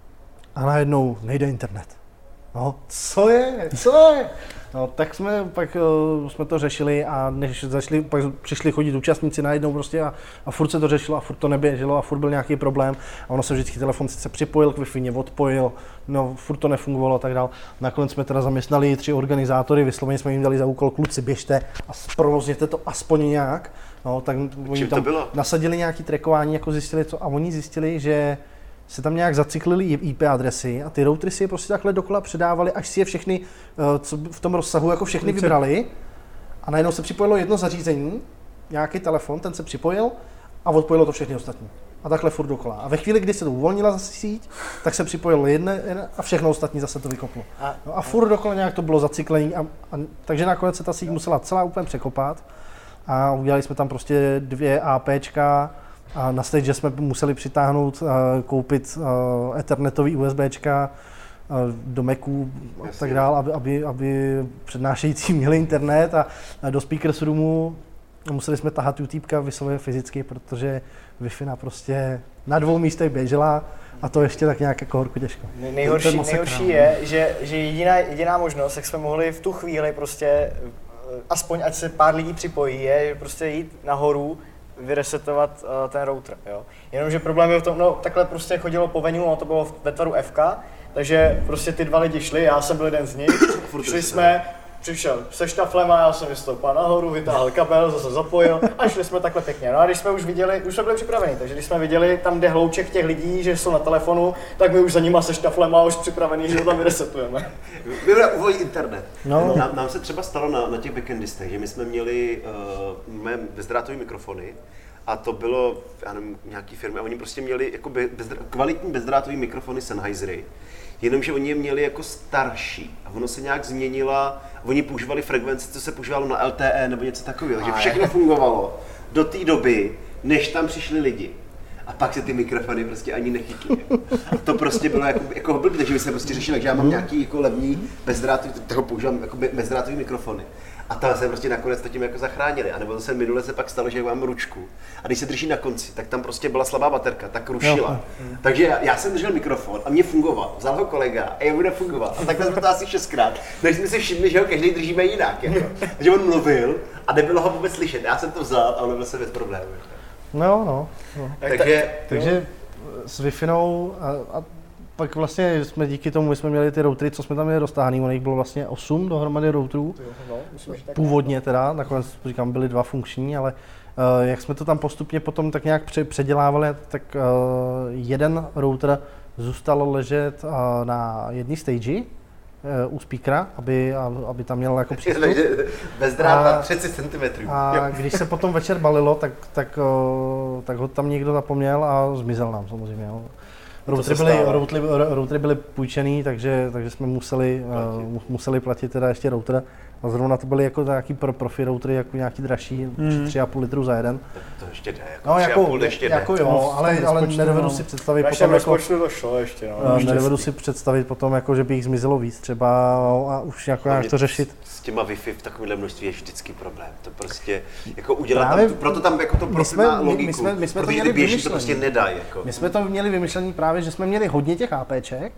a najednou nejde internet. No, co je? No, tak pak jsme to řešili a než pak přišli chodit účastníci najednou prostě a furt se to řešilo a furt to neběželo a furt byl nějaký problém a ono se vždycky telefon sice připojil k Wi-Fi, odpojil, no furt to nefungovalo a tak dál. Nakonec jsme teda zaměstnali 3 organizátory, vysloveně jsme jim dali za úkol, kluci běžte a zprovozněte to aspoň nějak. No, tak oni tam nasadili nějaký trackování, jako zjistili co a oni zjistili, že se tam nějak zacyklili IP adresy a ty routery si je prostě takhle dokola předávali, až si je všechny co v tom rozsahu jako všechny vybrali a najednou se připojilo jedno zařízení, nějaký telefon, ten se připojil a odpojilo to všechny ostatní. A takhle furt dokola. A ve chvíli, kdy se to uvolnila zase síť, tak se připojilo jedno a všechno ostatní zase to vykoplo. No a furt dokola nějak to bylo zacyklení takže nakonec se ta síť musela celá úplně překopat a udělali jsme tam prostě 2 APčka. A na stage jsme museli přitáhnout, koupit ethernetový USBčka do Maců a tak dál, aby přednášející měli internet a do speakers roomu museli jsme tahat YouTubeka vyslově fyzicky, protože Wi-Fi prostě na 2 místech běžela a to ještě tak nějak jako horko těžko. Nejhorší je, že jediná možnost, jak jsme mohli v tu chvíli prostě, aspoň ať se pár lidí připojí, je prostě jít nahoru, vyresetovat ten router, jo. Jenomže problém je v tom, no takhle prostě chodilo po venue, a to bylo ve tvaru FK, takže prostě ty 2 lidi šli, já jsem byl jeden z nich, přišel se štaflem a já jsem vystoupil nahoru, vytáhl kabel, zase zapojil a šli jsme takhle pěkně. No a když jsme už viděli, už jsme byli připraveni, takže když jsme viděli tam, kde hlouček těch lidí, že jsou na telefonu, tak my už za nima se štaflem a už připravení, že ho tam vyresetujeme. Byl uvolí internet. No. Nám se třeba stalo na těch backendistech, že my jsme měli bezdrátové mikrofony a to bylo, já nevím, nějaký firmy a oni prostě měli jako kvalitní bezdrátové mikrofony Sennheisery. Jenomže oni je měli jako starší a ono se nějak změnila, oni používali frekvenci, co se používalo na LTE nebo něco takového, takže všechno fungovalo do té doby, než tam přišli lidi. A pak se ty mikrofony prostě ani nechytly. To prostě bylo jako blbý, takže my jsme prostě řešili, že já mám nějaký jako levný bezdrátový, toho používám jako bezdrátový mikrofony. A tam se prostě nakonec to tím jako zachránili. A nebo zase minule se pak stalo, že mám ručku. A když se drží na konci, tak tam prostě byla slabá baterka, tak rušila. Takže já jsem držel mikrofon a mě fungoval. Vzal ho kolega a je bude fungovat. A takhle jsme to asi 6krát. Než jsme si všimli, že ho každý držíme jinak. Jako. Takže on mluvil a nebylo ho vůbec slyšet. Já jsem to vzal a byl jsem bez problémů. No. Takže s Wi-Fi a pak vlastně jsme díky tomu, my jsme měli ty routery, co jsme tam měli roztáhaný, ono jich bylo vlastně 8 dohromady routerů, původně teda, nakonec říkám, byly 2 funkční, ale jak jsme to tam postupně potom tak nějak předělávali, tak jeden router zůstal ležet na jedné stage u speakera, aby tam měl jako přístup. Bez dráta 30 cm. A když se potom večer balilo, tak ho tam někdo zapomněl a zmizel nám samozřejmě. Jo. Routery byly půjčený, takže jsme museli platit teda ještě router. A zrovna to byly jako nějaký profi routery, jako nějaký dražší, 3,5 litru za jeden. To ještě jde, jako jo, ale nedovedu si představit potom to šlo ještě, nedovedu si představit potom, jako, že by jich zmizelo víc třeba a už jako nějak to řešit. S těma Wi-Fi v takovémhle množství je vždycky problém. To prostě jako udělat právě, tam, proto tam jako to profi má logiku, my jsme protože ty běží to prostě nedají. Jako. My jsme to měli vymyšlený právě, že jsme měli hodně těch APček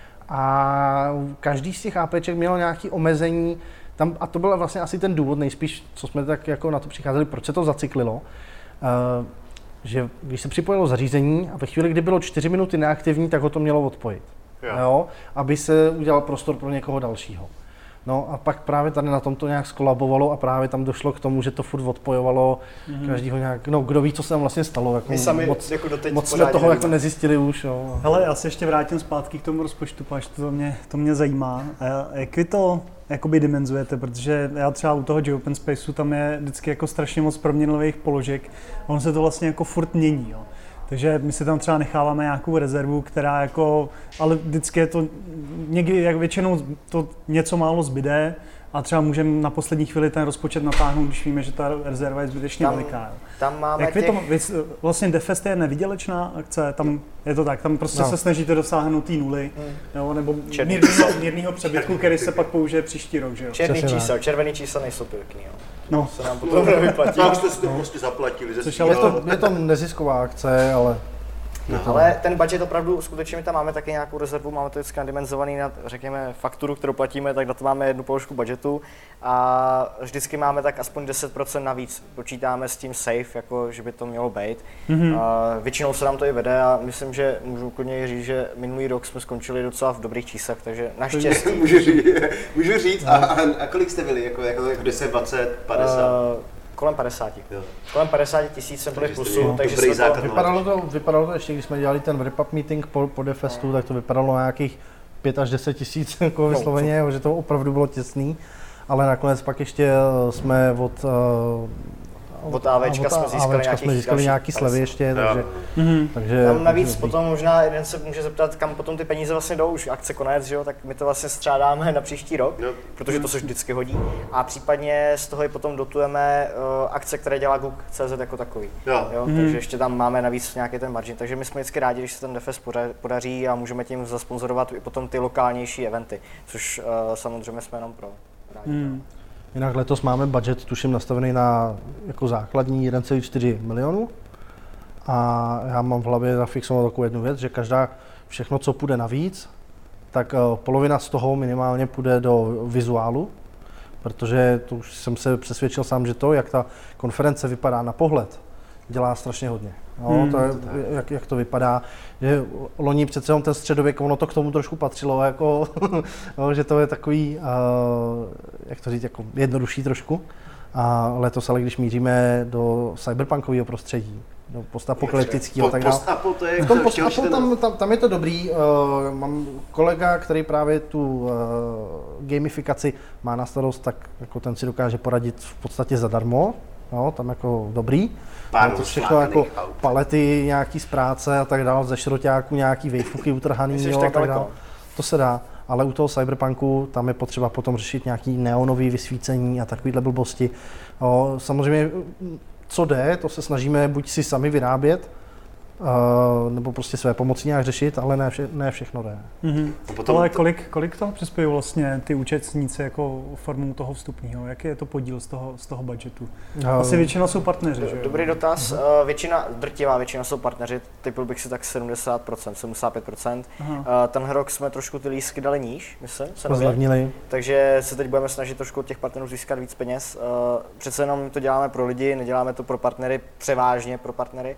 a každý z těch APček měl nějaké omezení. Tam, a to byl vlastně asi ten důvod nejspíš, co jsme tak jako na to přicházeli, proč se to zacyklilo, že když se připojilo zařízení a ve chvíli, kdy bylo 4 minuty neaktivní, tak ho to mělo odpojit, jo, aby se udělal prostor pro někoho dalšího. No a pak právě tady na tom to nějak skolabovalo a právě tam došlo k tomu, že to furt odpojovalo každýho nějak, no kdo ví, co se tam vlastně stalo, jako moc jsme toho jako nezjistili už. Jo. Hele, já se ještě vrátím zpátky k tomu rozpočtu, až to mě zajímá. A jak vy to jakoby dimenzujete, protože já třeba u toho Open Spaceu tam je vždycky jako strašně moc proměnlivých položek a on se to vlastně jako furt mění, jo. Takže my si tam třeba necháváme nějakou rezervu, která jako, ale vždycky je to, někdy, jak většinou to něco málo zbyde a třeba můžeme na poslední chvíli ten rozpočet natáhnout, když víme, že ta rezerva je zbytečně veliká. Tam máme jak vlastně Defest je nevydělečná akce, tam je to tak, tam prostě se snažíte dosáhnout té nuly, jo, nebo mírného přebytku, který se pak použije příští rok, že jo? Červený čísla nejsou pěkný, jo. No. Se nám potom nevyplatí. Tak jste si to prostě zaplatili. Je to nezisková akce, ale... Ale ten budget opravdu, skutečně my tam máme taky nějakou rezervu, máme to vždycky nadimenzovaný na, řekněme, fakturu, kterou platíme, tak na to máme jednu položku budgetu a vždycky máme tak aspoň 10% navíc. Počítáme s tím safe, jako že by to mělo být. Většinou se nám to i vede a myslím, že můžu klidně říct, že minulý rok jsme skončili docela v dobrých číslech, takže naštěstí. Můžu říct, a kolik jste byli, jako 10, 20, 50? Kolem 50. Jo. Kolem 50 000 jsme byli v plusu, takže vypadalo to ještě, když jsme dělali ten wrap-up meeting po Defestu, tak to vypadalo nějakých 5 až 10 tisíc jako vysloveně, že to opravdu bylo těsný, ale nakonec pak ještě jsme od AVčka jsme získali nějaký slevy ještě, takže tam navíc potom možná jeden se může zeptat, kam potom ty peníze vlastně jdou, už akce konec, že jo, tak my to vlastně střádáme na příští rok, protože to se vždycky hodí a případně z toho i potom dotujeme akce, které dělá Google.cz jako takový, jo, takže ještě tam máme navíc nějaký ten margin, takže my jsme vždycky rádi, když se ten Defest podaří a můžeme tím zasponzorovat i potom ty lokálnější eventy, což samozřejmě jsme jenom pro rádi. Jinak letos máme budget, tuším, nastavený na jako základní 1,4 milionu. A já mám v hlavě zafixovanou takovou jednu věc, že všechno, co půjde navíc, tak polovina z toho minimálně půjde do vizuálu, protože to už jsem se přesvědčil sám, že to, jak ta konference vypadá na pohled, dělá strašně hodně. No, to je, jak to vypadá, že loni přece jenom ten středověk, ono to k tomu trošku patřilo, jako, no, že to je takový, jak to říct, jako jednodušší trošku. A letos ale když míříme do cyberpunkového prostředí, do postapokalyptického, tak dále. V tom postapu tam je to dobrý. Mám kolega, který právě tu gamifikaci má na starost, tak jako ten si dokáže poradit v podstatě zadarmo. No, tam jako dobrý. To všechno jako palety nějaký z práce a tak dále, ze šroťáku nějaký vejfuky utrhaný a tak dále. To se dá. Ale u toho cyberpunku tam je potřeba potom řešit nějaký neonový vysvícení a takovýhle blbosti. Samozřejmě, co jde, to se snažíme buď si sami vyrábět, nebo prostě své pomoci nějak řešit, ale ne všechno jde. Potom ale kolik toho přispějí vlastně ty účastníci jako formou toho vstupního? Jaký je to podíl z toho budgetu? Asi většina jsou partneři, že? Dobrý dotaz. Drtivá většina jsou partneři, typil bych si tak 70%, 75%. Tenhle rok jsme trošku ty lístky dali níž, myslím, takže se teď budeme snažit trošku od těch partnerů získat víc peněz. Přece jenom to děláme pro lidi, neděláme to pro partnery, převážně pro partnery.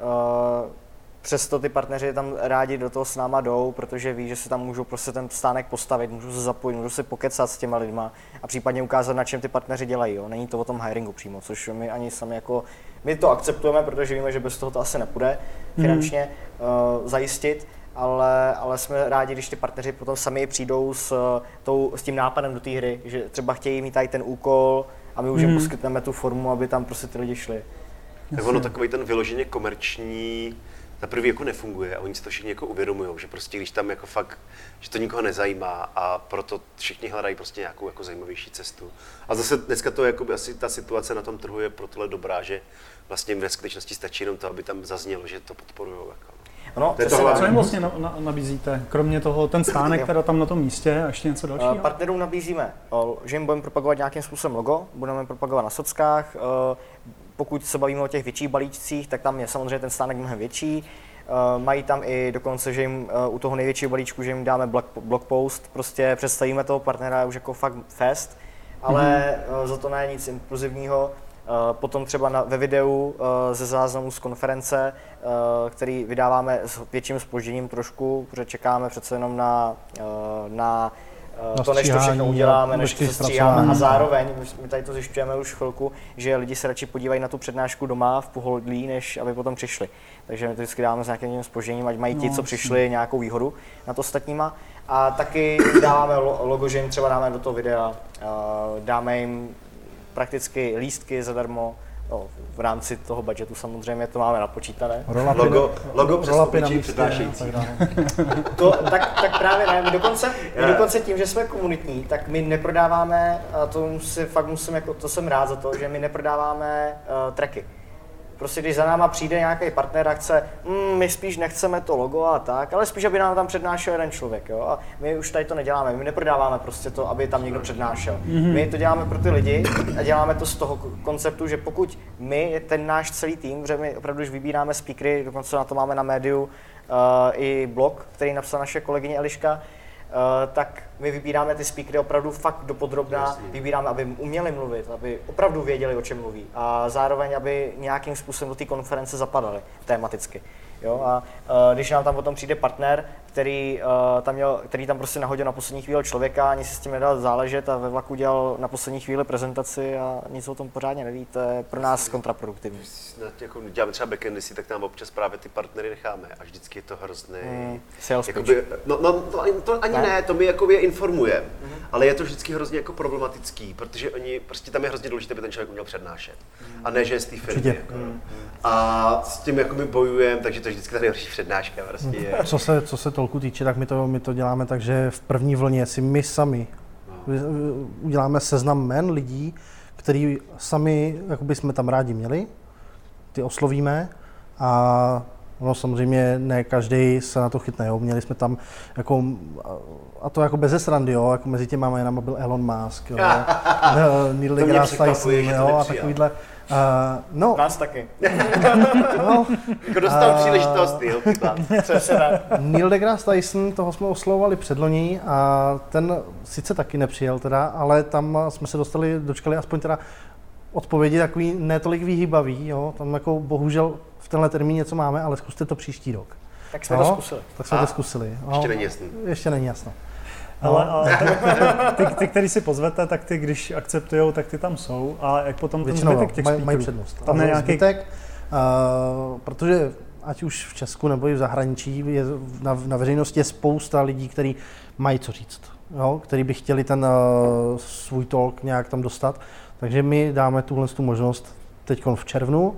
Přesto ty partneři tam rádi do toho s náma jdou, protože ví, že si tam můžou prostě ten stánek postavit, můžou se zapojit, můžou si pokecat s těma lidma a případně ukázat, na čem ty partneři dělají. Jo. Není to o tom hiringu přímo, což my ani sami jako, my to akceptujeme, protože víme, že bez toho to asi nepůjde finančně zajistit, ale jsme rádi, když ty partneři potom sami přijdou s tím nápadem do té hry, že třeba chtějí mít tady ten úkol a my už jim poskytneme tu formu, aby tam prostě ty lidi šli. Tak ono takový ten vyloženě komerční za prvý jako nefunguje a oni si to všichni jako uvědomujou, že prostě když tam jako fakt, že to nikoho nezajímá a proto všichni hledají prostě nějakou jako zajímavější cestu. A zase dneska to jako asi ta situace na tom trhu je pro tohle dobrá, že vlastně ve skutečnosti stačí jenom to, aby tam zaznělo, že to podporujou. Jako. No, co jim vlastně nabízíte? Kromě toho, ten stánek teda tam na tom místě a ještě něco dalšího? Partnerům nabízíme, že jim budeme propagovat nějakým způsobem logo, budeme propagovat na sockách. Pokud se bavíme o těch větších balíčcích, tak tam je samozřejmě ten stánek mnohem větší. Mají tam i dokonce, že jim u toho největšího balíčku, že jim dáme blog post, prostě představíme toho partnera už jako fakt fest, ale za to není nic impulzivního. Potom třeba ve videu ze záznamu z konference, který vydáváme s větším zpožděním trošku, protože čekáme přece jenom na to, než to všechno uděláme, než to stříháme a zároveň, my tady to zjišťujeme už chvilku, že lidi se radši podívají na tu přednášku doma v pohodlí, než aby potom přišli. Takže my to vždycky dáme s nějakým zpožděním, ať mají ti, co přišli, nějakou výhodu nad ostatníma. A taky dáváme logo, že jim třeba dáme do toho videa, dáme jim prakticky lístky zadarmo, no, v rámci toho budgetu samozřejmě to máme napočítané. Logo přes obličej přednášející. Tak právě ne, my dokonce tím, že jsme komunitní, tak my neprodáváme, a to musím, jako, to jsem rád za to, že my neprodáváme tracky. Prostě když za náma přijde nějaký partner a chce, my spíš nechceme to logo a tak, ale spíš, aby nám tam přednášel jeden člověk, jo? A my už tady to neděláme, my neprodáváme prostě to, aby tam někdo přednášel. My to děláme pro ty lidi a děláme to z toho konceptu, že pokud my, ten náš celý tým, že my opravdu už vybíráme speakery, dokonce na to máme na médiu i blog, který napsala naše kolegyně Eliška, tak my vybíráme ty speakery opravdu fakt dopodrobná, vybíráme, aby uměli mluvit, aby opravdu věděli, o čem mluví a zároveň, aby nějakým způsobem do té konference zapadali tematicky. Jo? A když nám tam potom přijde partner, který tam prostě nahodil na poslední chvíli člověka, ani si s tím nedal záležet a ve vlaku dělal na poslední chvíli prezentaci a nic o tom pořádně neví, to je pro nás kontraproduktivní. Jako děláme třeba backendisty, tak tam občas právě ty partnery necháme a vždycky je to hrozný. Sales pitch. To ani ne, to my jako je informujeme, ale je to vždycky hrozně jako problematický, protože oni, prostě tam je hrozně důležité, aby ten člověk uměl přednášet a ne, že je z té firmy. Jako. A s tím jako my bojujeme, takže to vždycky ta nejhorší přednáška prostě je. Co se tolku týče, tak my to děláme tak, že v první vlně si my sami uděláme seznam jmen lidí, který sami jakoby jsme tam rádi měli, ty oslovíme a Ono samozřejmě ne každý se na to chytne, jo. Měli jsme tam jako, a to jako bez srandy, jo, jako mezi těma jménama byl Elon Musk, jo, Neil deGrasse Tyson, jo, a takovýhle. No. Nás taky. No, jako dostal příležitost, jo, Neil deGrasse Tyson, toho jsme oslovovali předloni a ten sice taky nepřijel teda, ale tam jsme se dočkali aspoň teda odpovědi takový netolik vyhýbavý, jo, tam jako bohužel v tenhle termín něco máme, ale zkuste to příští rok. Tak jsme to zkusili. Tak jsme to zkusili. Ještě není jasný. Ještě není jasno. Ale ty, který si pozvete, tak ty, když akceptujou, tak ty tam jsou. A jak potom ten zbytek těch speakerů? Mají přednost. Tam je nějaký zbytek, protože ať už v Česku nebo i v zahraničí, je, na veřejnosti je spousta lidí, kteří mají co říct, jo? Kteří by chtěli ten svůj talk nějak tam dostat. Takže my dáme tu možnost teď v červnu.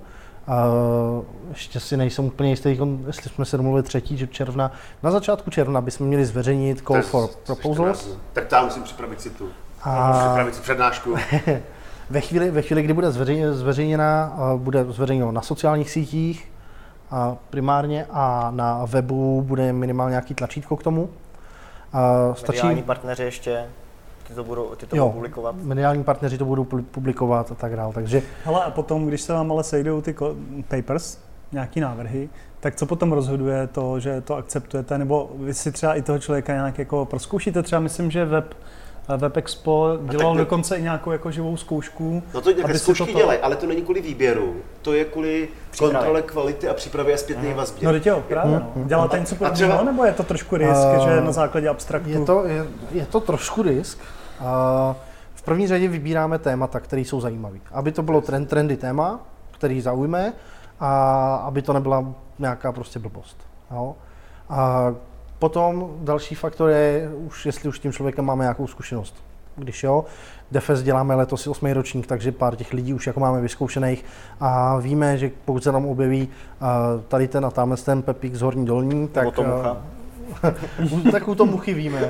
Ještě si nejsem úplně jistý, jestli jsme se domluvili 3. června. Na začátku června bychom měli zveřejnit call for proposals. Tak tam musím připravit si připravit si přednášku. Ve chvíli, kdy bude zveřejněna, bude zveřejněno na sociálních sítích primárně a na webu bude minimálně nějaký tlačítko k tomu. Mediální partneři ještě ty to budou publikovat. Mediální partneři to budou publikovat a tak dále. Takže... Hele, a potom, když se vám ale sejdou ty papers, nějaký návrhy, tak co potom rozhoduje to, že to akceptujete, nebo vy si třeba i toho člověka nějak jako prozkoušíte? Třeba myslím, že Web Expo dělal dokonce i nějakou jako živou zkoušku. No to nějaké zkoušky dělají, ale to není kvůli výběru, to je kvůli kontrole kvality a přípravě a zpětné vazbě. No teď jo, právě. Děláte něco podobného, nebo je to trošku risk, že na základě abstraktu? Je to trošku risk. V první řadě vybíráme témata, které jsou zajímavé. Aby to bylo trendy téma, který zaujme, a aby to nebyla nějaká prostě blbost. Jo? A potom další faktor je, jestli už s tím člověkem máme nějakou zkušenost. Když jo, DEFES děláme letos 8. ročník, takže pár těch lidí už jako máme vyzkoušených a víme, že pokud se nám objeví tady ten a tamhle ten Pepík z Horní Dolní, tak tak u toho muchy víme.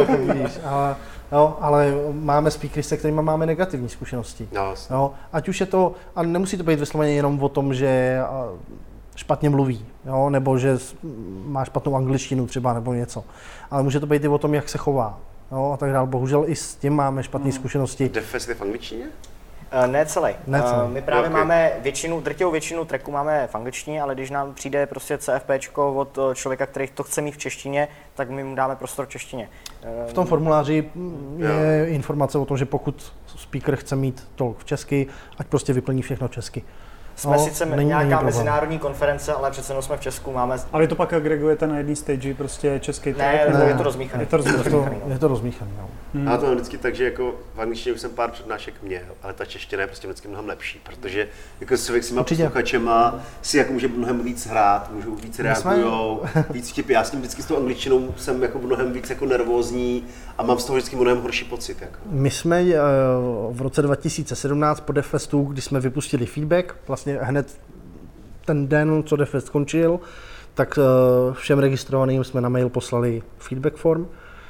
Ale máme speakery, se kterými máme negativní zkušenosti. Jo, ať už je to, a nemusí to být vysloveně jenom o tom, že špatně mluví, jo, nebo že má špatnou angličtinu třeba, nebo něco. Ale může to být i o tom, jak se chová, jo, a tak dále. Bohužel i s tím máme špatné zkušenosti. DEFES je v angličtině? Ne celý. My právě máme drtivou většinu tracku máme v angličtině, ale když nám přijde prostě CFPčko od člověka, který to chce mít v češtině, tak my mu dáme prostor v češtině. V tom formuláři je informace o tom, že pokud speaker chce mít talk v česky, ať prostě vyplní všechno česky. Jsme sice nějaká mezinárodní konference, ale přece jsme v Česku, máme... A vy to pak agregujete na jedné stage, prostě český track? Ne, je to rozmíchaný. Je to rozmíchaný, no. A to mám vždycky tak, že jako v angličtině už jsem pár přednášek měl, ale ta čeština je prostě vždycky mnohem lepší, protože jako člověk s těma posluchačema si jako může mnohem víc hrát, můžou víc reagujou, víc vtipy. Já s tím vždycky s tou angličtinou jsem jako mnohem víc jako nervózní a mám z toho vždycky mnohem horší pocit. Jako. My jsme v roce 2017 po DEFestu, kdy jsme vypustili feedback, vlastně hned ten den, co DEFest skončil, tak všem registrovaným jsme na mail poslali feedback form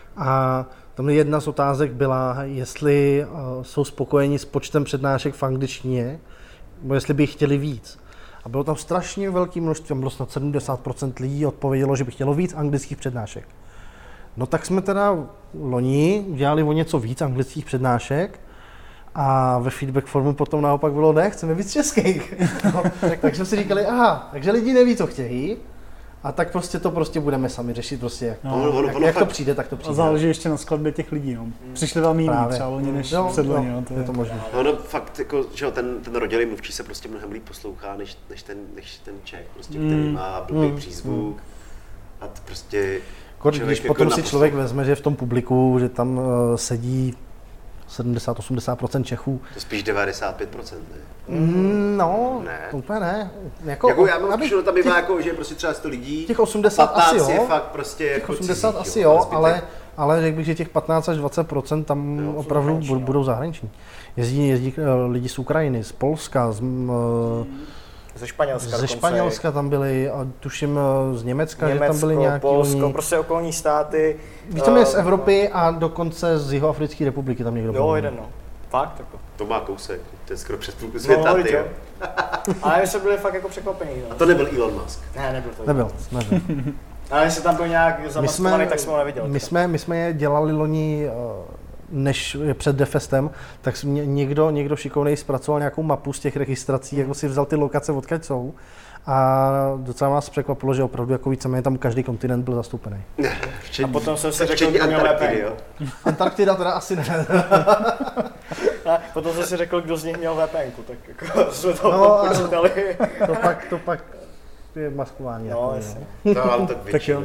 a tam jedna z otázek byla, jestli jsou spokojeni s počtem přednášek v angličtině, nebo jestli by chtěli víc. A bylo tam strašně velké množství, bylo snad 70% lidí odpovědělo, že by chtělo víc anglických přednášek. No tak jsme teda loni udělali o něco víc anglických přednášek, a ve feedback formu potom naopak bylo, ne, chceme víc českých. No, tak jsme si říkali, takže lidi neví, co chtějí, a tak to budeme sami řešit, prostě jak to přijde, tak to přijde. A záleží ještě na skladbě těch lidí, no. Přišli vám jiný třeba oni než předloni, no, to je to možné. No, fakt, jako, že ten rodilý mluvčí se prostě mnohem líp poslouchá, než ten Čech, prostě, který má blbý přízvuk a to prostě... Když potom si člověk vezme, že v tom publiku, že tam sedí 70-80% Čechů. To spíš 95%, ne? Ne. To úplně ne. Jako já mám zkušenost, tam bývá jako, že prostě třeba 100 lidí, těch 80 asi jo. Je fakt prostě těch jako 80 cizích, asi jo, ale řekl bych, že těch 15 až 20% tam opravdu budou zahraniční. Jezdí lidi z Ukrajiny, z Polska, ze Španělska tam byli, a tuším z Německa, že tam byli nějaký... Polsko, prostě okolní státy. Víceméně z Evropy a dokonce z Jihoafrické republiky tam někdo byl. Jo, jeden, no. Fakt? Tako. To má kousek, to je skoro přes půlku světa, ty jo. Ale my jsme byli fakt jako překvapení. No. A to nebyl Elon Musk. Ne, nebyl to. Nebyl. Ale jestli tam byl nějak zamaskovaný, tak jsme ho neviděli. My jsme je dělali loni, než před Defestem, tak někdo šikovnej zpracoval nějakou mapu z těch registrací, jako si vzal ty lokace, odkud jsou. A docela nás překvapilo, že opravdu jako víceméně tam každý kontinent byl zastoupený. A potom jsem si řekl, kdo měl VPN. Antarktida teda asi ne. A potom jsem si řekl, kdo z nich měl VPN, tak jako jsme to počítali. To pak je maskování. No, jasně. No, ale tak většinou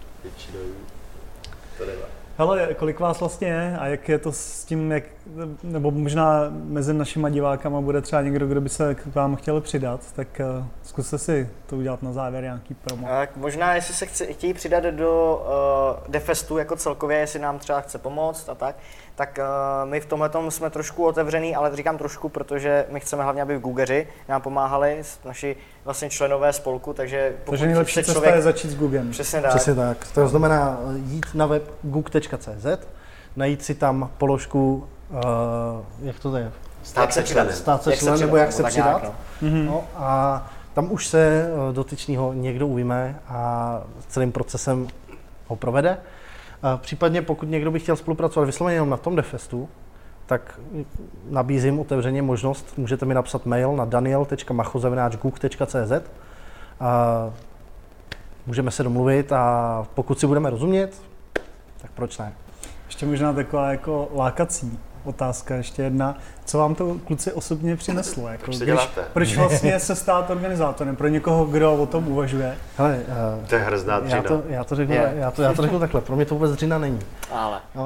to nemá. Hele, kolik vás vlastně je a jak je to s tím, nebo možná mezi našima divákama bude třeba někdo, kdo by se k vám chtěl přidat, tak zkuste si to udělat na závěr nějaký promo. Možná, jestli se chtějí přidat do Defestu jako celkově, jestli nám třeba chce pomoct a tak my v tomhletom jsme trošku otevřený, ale říkám trošku, protože my chceme hlavně, aby Googeři nám pomáhali, naši vlastně členové spolku, takže takže nejlepší cesta je začít s Googlem. Přesně tak. Přesně tak. To znamená jít na web google.cz, najít si tam položku, jak to je? Stát se členem, nebo jak se přidat. No, a tam už se dotyčného někdo ujme a celým procesem ho provede. Případně pokud někdo by chtěl spolupracovat vysloveně jenom na tom Defestu, tak nabízím otevřeně možnost, můžete mi napsat mail na daniel.macho@google.cz. Můžeme se domluvit a pokud si budeme rozumět, tak proč ne? Ještě možná taková jako lákací otázka, ještě jedna. Co vám to kluci osobně přineslo? Jako, proč vlastně se stát organizátorem? Pro někoho, kdo o tom uvažuje? Hele, to je hrozná dřina. Já to řeknu takhle, pro mě to vůbec dřina není. Ale. No,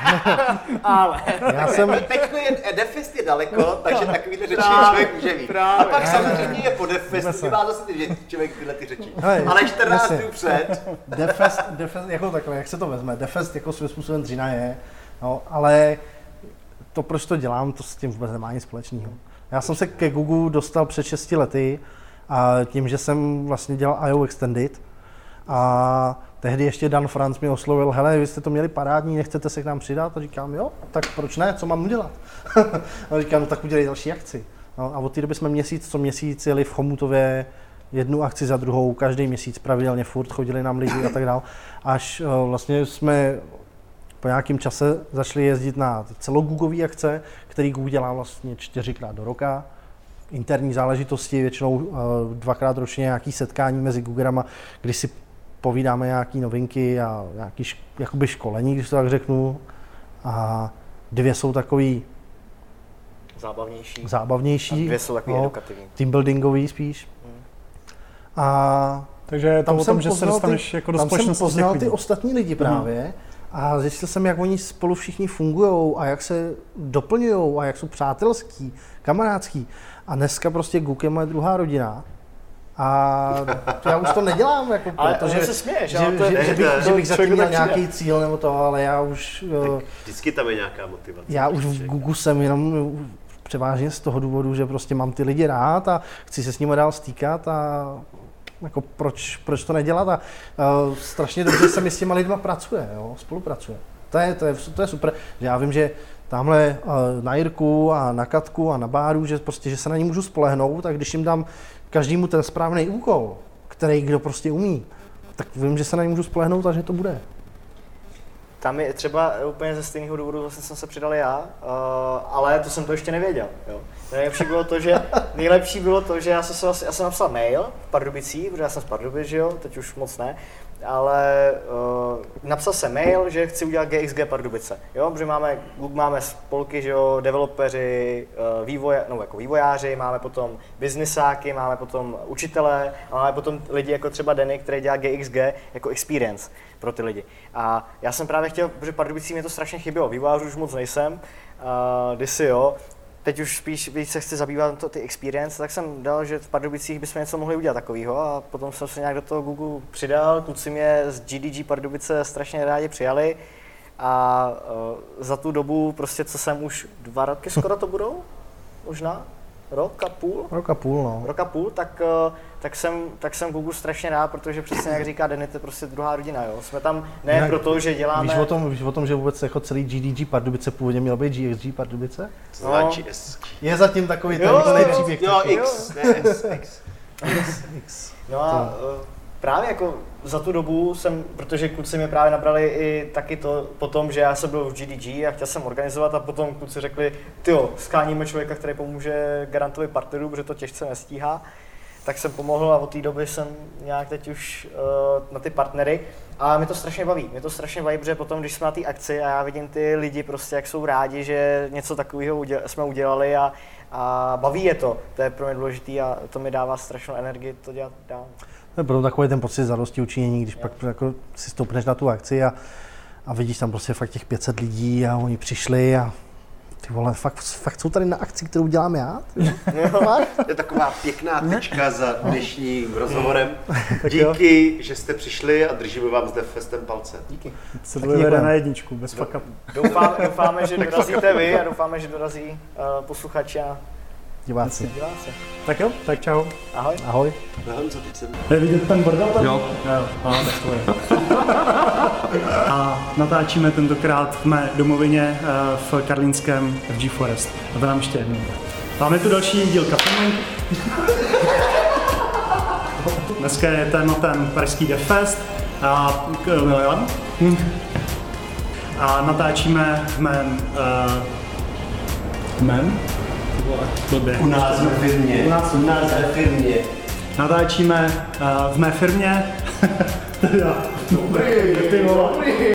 Teďko je Defest je daleko, takže takovýhle řeči člověk může mít. A pak samozřejmě je po Defest, má zase ty, že člověk tyhle ty řeči. Ale 14 dnů před. Defest jako takhle, jak se to vezme, Defest jako svým způsobem dřina je, no, ale to, proč to dělám, to s tím vůbec nemá nic společného. Já jsem se ke Google dostal před 6 lety a tím, že jsem vlastně dělal I.O. Extended a tehdy ještě Dan Franz mě oslovil, hele, vy jste to měli parádní, nechcete se k nám přidat? A říkám, jo, tak proč ne, co mám udělat? A říkám, no tak udělej další akci. No, a od té doby jsme měsíc co měsíc jeli v Chomutově jednu akci za druhou, každý měsíc pravidelně furt chodili nám lidi a tak dál, až vlastně jsme po nějakém čase začali jezdit na celogoogové akce, který Google dělá vlastně 4krát do roka. Interní záležitosti, většinou 2krát ročně nějaké setkání mezi Googlama, kdy si povídáme nějaké novinky a nějaké jakoby školení, když to tak řeknu. A 2 jsou takový zábavnější. A 2 jsou takový edukativní. Teambuildingový spíš. A takže to o tom, že se dostaneš jako do společnosti. Tam jsem poznal ty ostatní lidi právě. A zjistil jsem, jak oni spolu všichni fungujou a jak se doplňují a jak jsou přátelský, kamarádský. A dneska prostě Google je moje druhá rodina. A já už to nedělám, jako, protože se směješ, že bych zatím měl nějaký cíl nebo to, ale já už... Vždycky tam je nějaká motivace. Já už v Google jsem jenom převážně z toho důvodu, že prostě mám ty lidi rád a chci se s nimi dál stýkat a jako proč to nedělat a strašně dobře se mi s těma lidma pracuje, jo, spolupracuje. To je super, že já vím, že tamhle na Jirku a na Katku a na Báru, že se na ně můžu spolehnout a když jim dám každému ten správný úkol, který kdo prostě umí, tak vím, že se na ně můžu spolehnout a že to bude. Tam je třeba úplně ze stejného důvodu, vlastně jsem se přidal já, ale to jsem to ještě nevěděl. Jo. Nejlepší bylo to, že já jsem napsal mail v Pardubicích, protože já jsem z Pardubic, že jo, teď už moc ne, ale napsal jsem mail, že chci udělat GXG Pardubice, jo, protože máme spolky, že jo, developeři, vývojáři, máme potom biznisáky, máme potom učitele a máme potom lidi jako třeba Denny, který dělá GXG jako experience pro ty lidi. A já jsem právě chtěl, protože Pardubicích mě to strašně chybělo, vývojářů už moc nejsem, kdysi jo, teď už spíš víc se chci zabývat ty experience, tak jsem dal, že v Pardubicích bychom něco mohli udělat takového a potom jsem se nějak do toho Google přidal, kluci mě z GDG Pardubice strašně rádi přijali a za tu dobu prostě, co jsem už 2 roky skoro to budou, možná, rok a půl, no. Rok a půl, tak jsem Google strašně rád, protože přesně jak říká Denny, to je prostě druhá rodina, jo. Jsme tam ne jinak, proto, že děláme... Víš o tom, že vůbec jako celý GDG Pardubice původně měl být GXG Pardubice? Značí S. Je zatím takový ten příběh. Jo, X, ne X. No a právě jako za tu dobu protože kluci mě právě nabrali i taky to potom, že já jsem byl v GDG a chtěl jsem organizovat a potom kluci řekli, tyjo, skáníme člověka, který pomůže Garantovi partnerů, protože to těžce nestíhá. Tak jsem pomohl a od té doby jsem nějak teď už na ty partnery a mě to strašně baví, protože potom, když jsme na té akci a já vidím ty lidi prostě, jak jsou rádi, že něco takového jsme udělali a baví je to je pro mě důležitý a to mi dává strašnou energii to dělat dál. To je potom takový ten pocit zadosti učinění, když pak jako si stoupneš na tu akci a vidíš tam prostě fakt těch 500 lidí a oni přišli a ty vole, fakt jsou tady na akci, kterou dělám já? To je taková pěkná tečka za dnešním rozhovorem. Díky, že jste přišli a držíme vám zde festem palce. Díky. Se to vyvede na jedničku, bez fuck up. Doufáme, že dorazíte vy a doufáme, že dorazí posluchači a diváci. Tak jo, tak čau. Ahoj. Ahoj. Je vidět ten bordel tam? Jo. Tak to je. A natáčíme tentokrát v mé domovině v karlínském FG Forest. A to nám ještě jednou. Máme tu další díl Kafemlink. Dneska je tématem Pražský Dev Fest a natáčíme v mém U nás ve firmě. Natáčíme v mé firmě. Dobrý.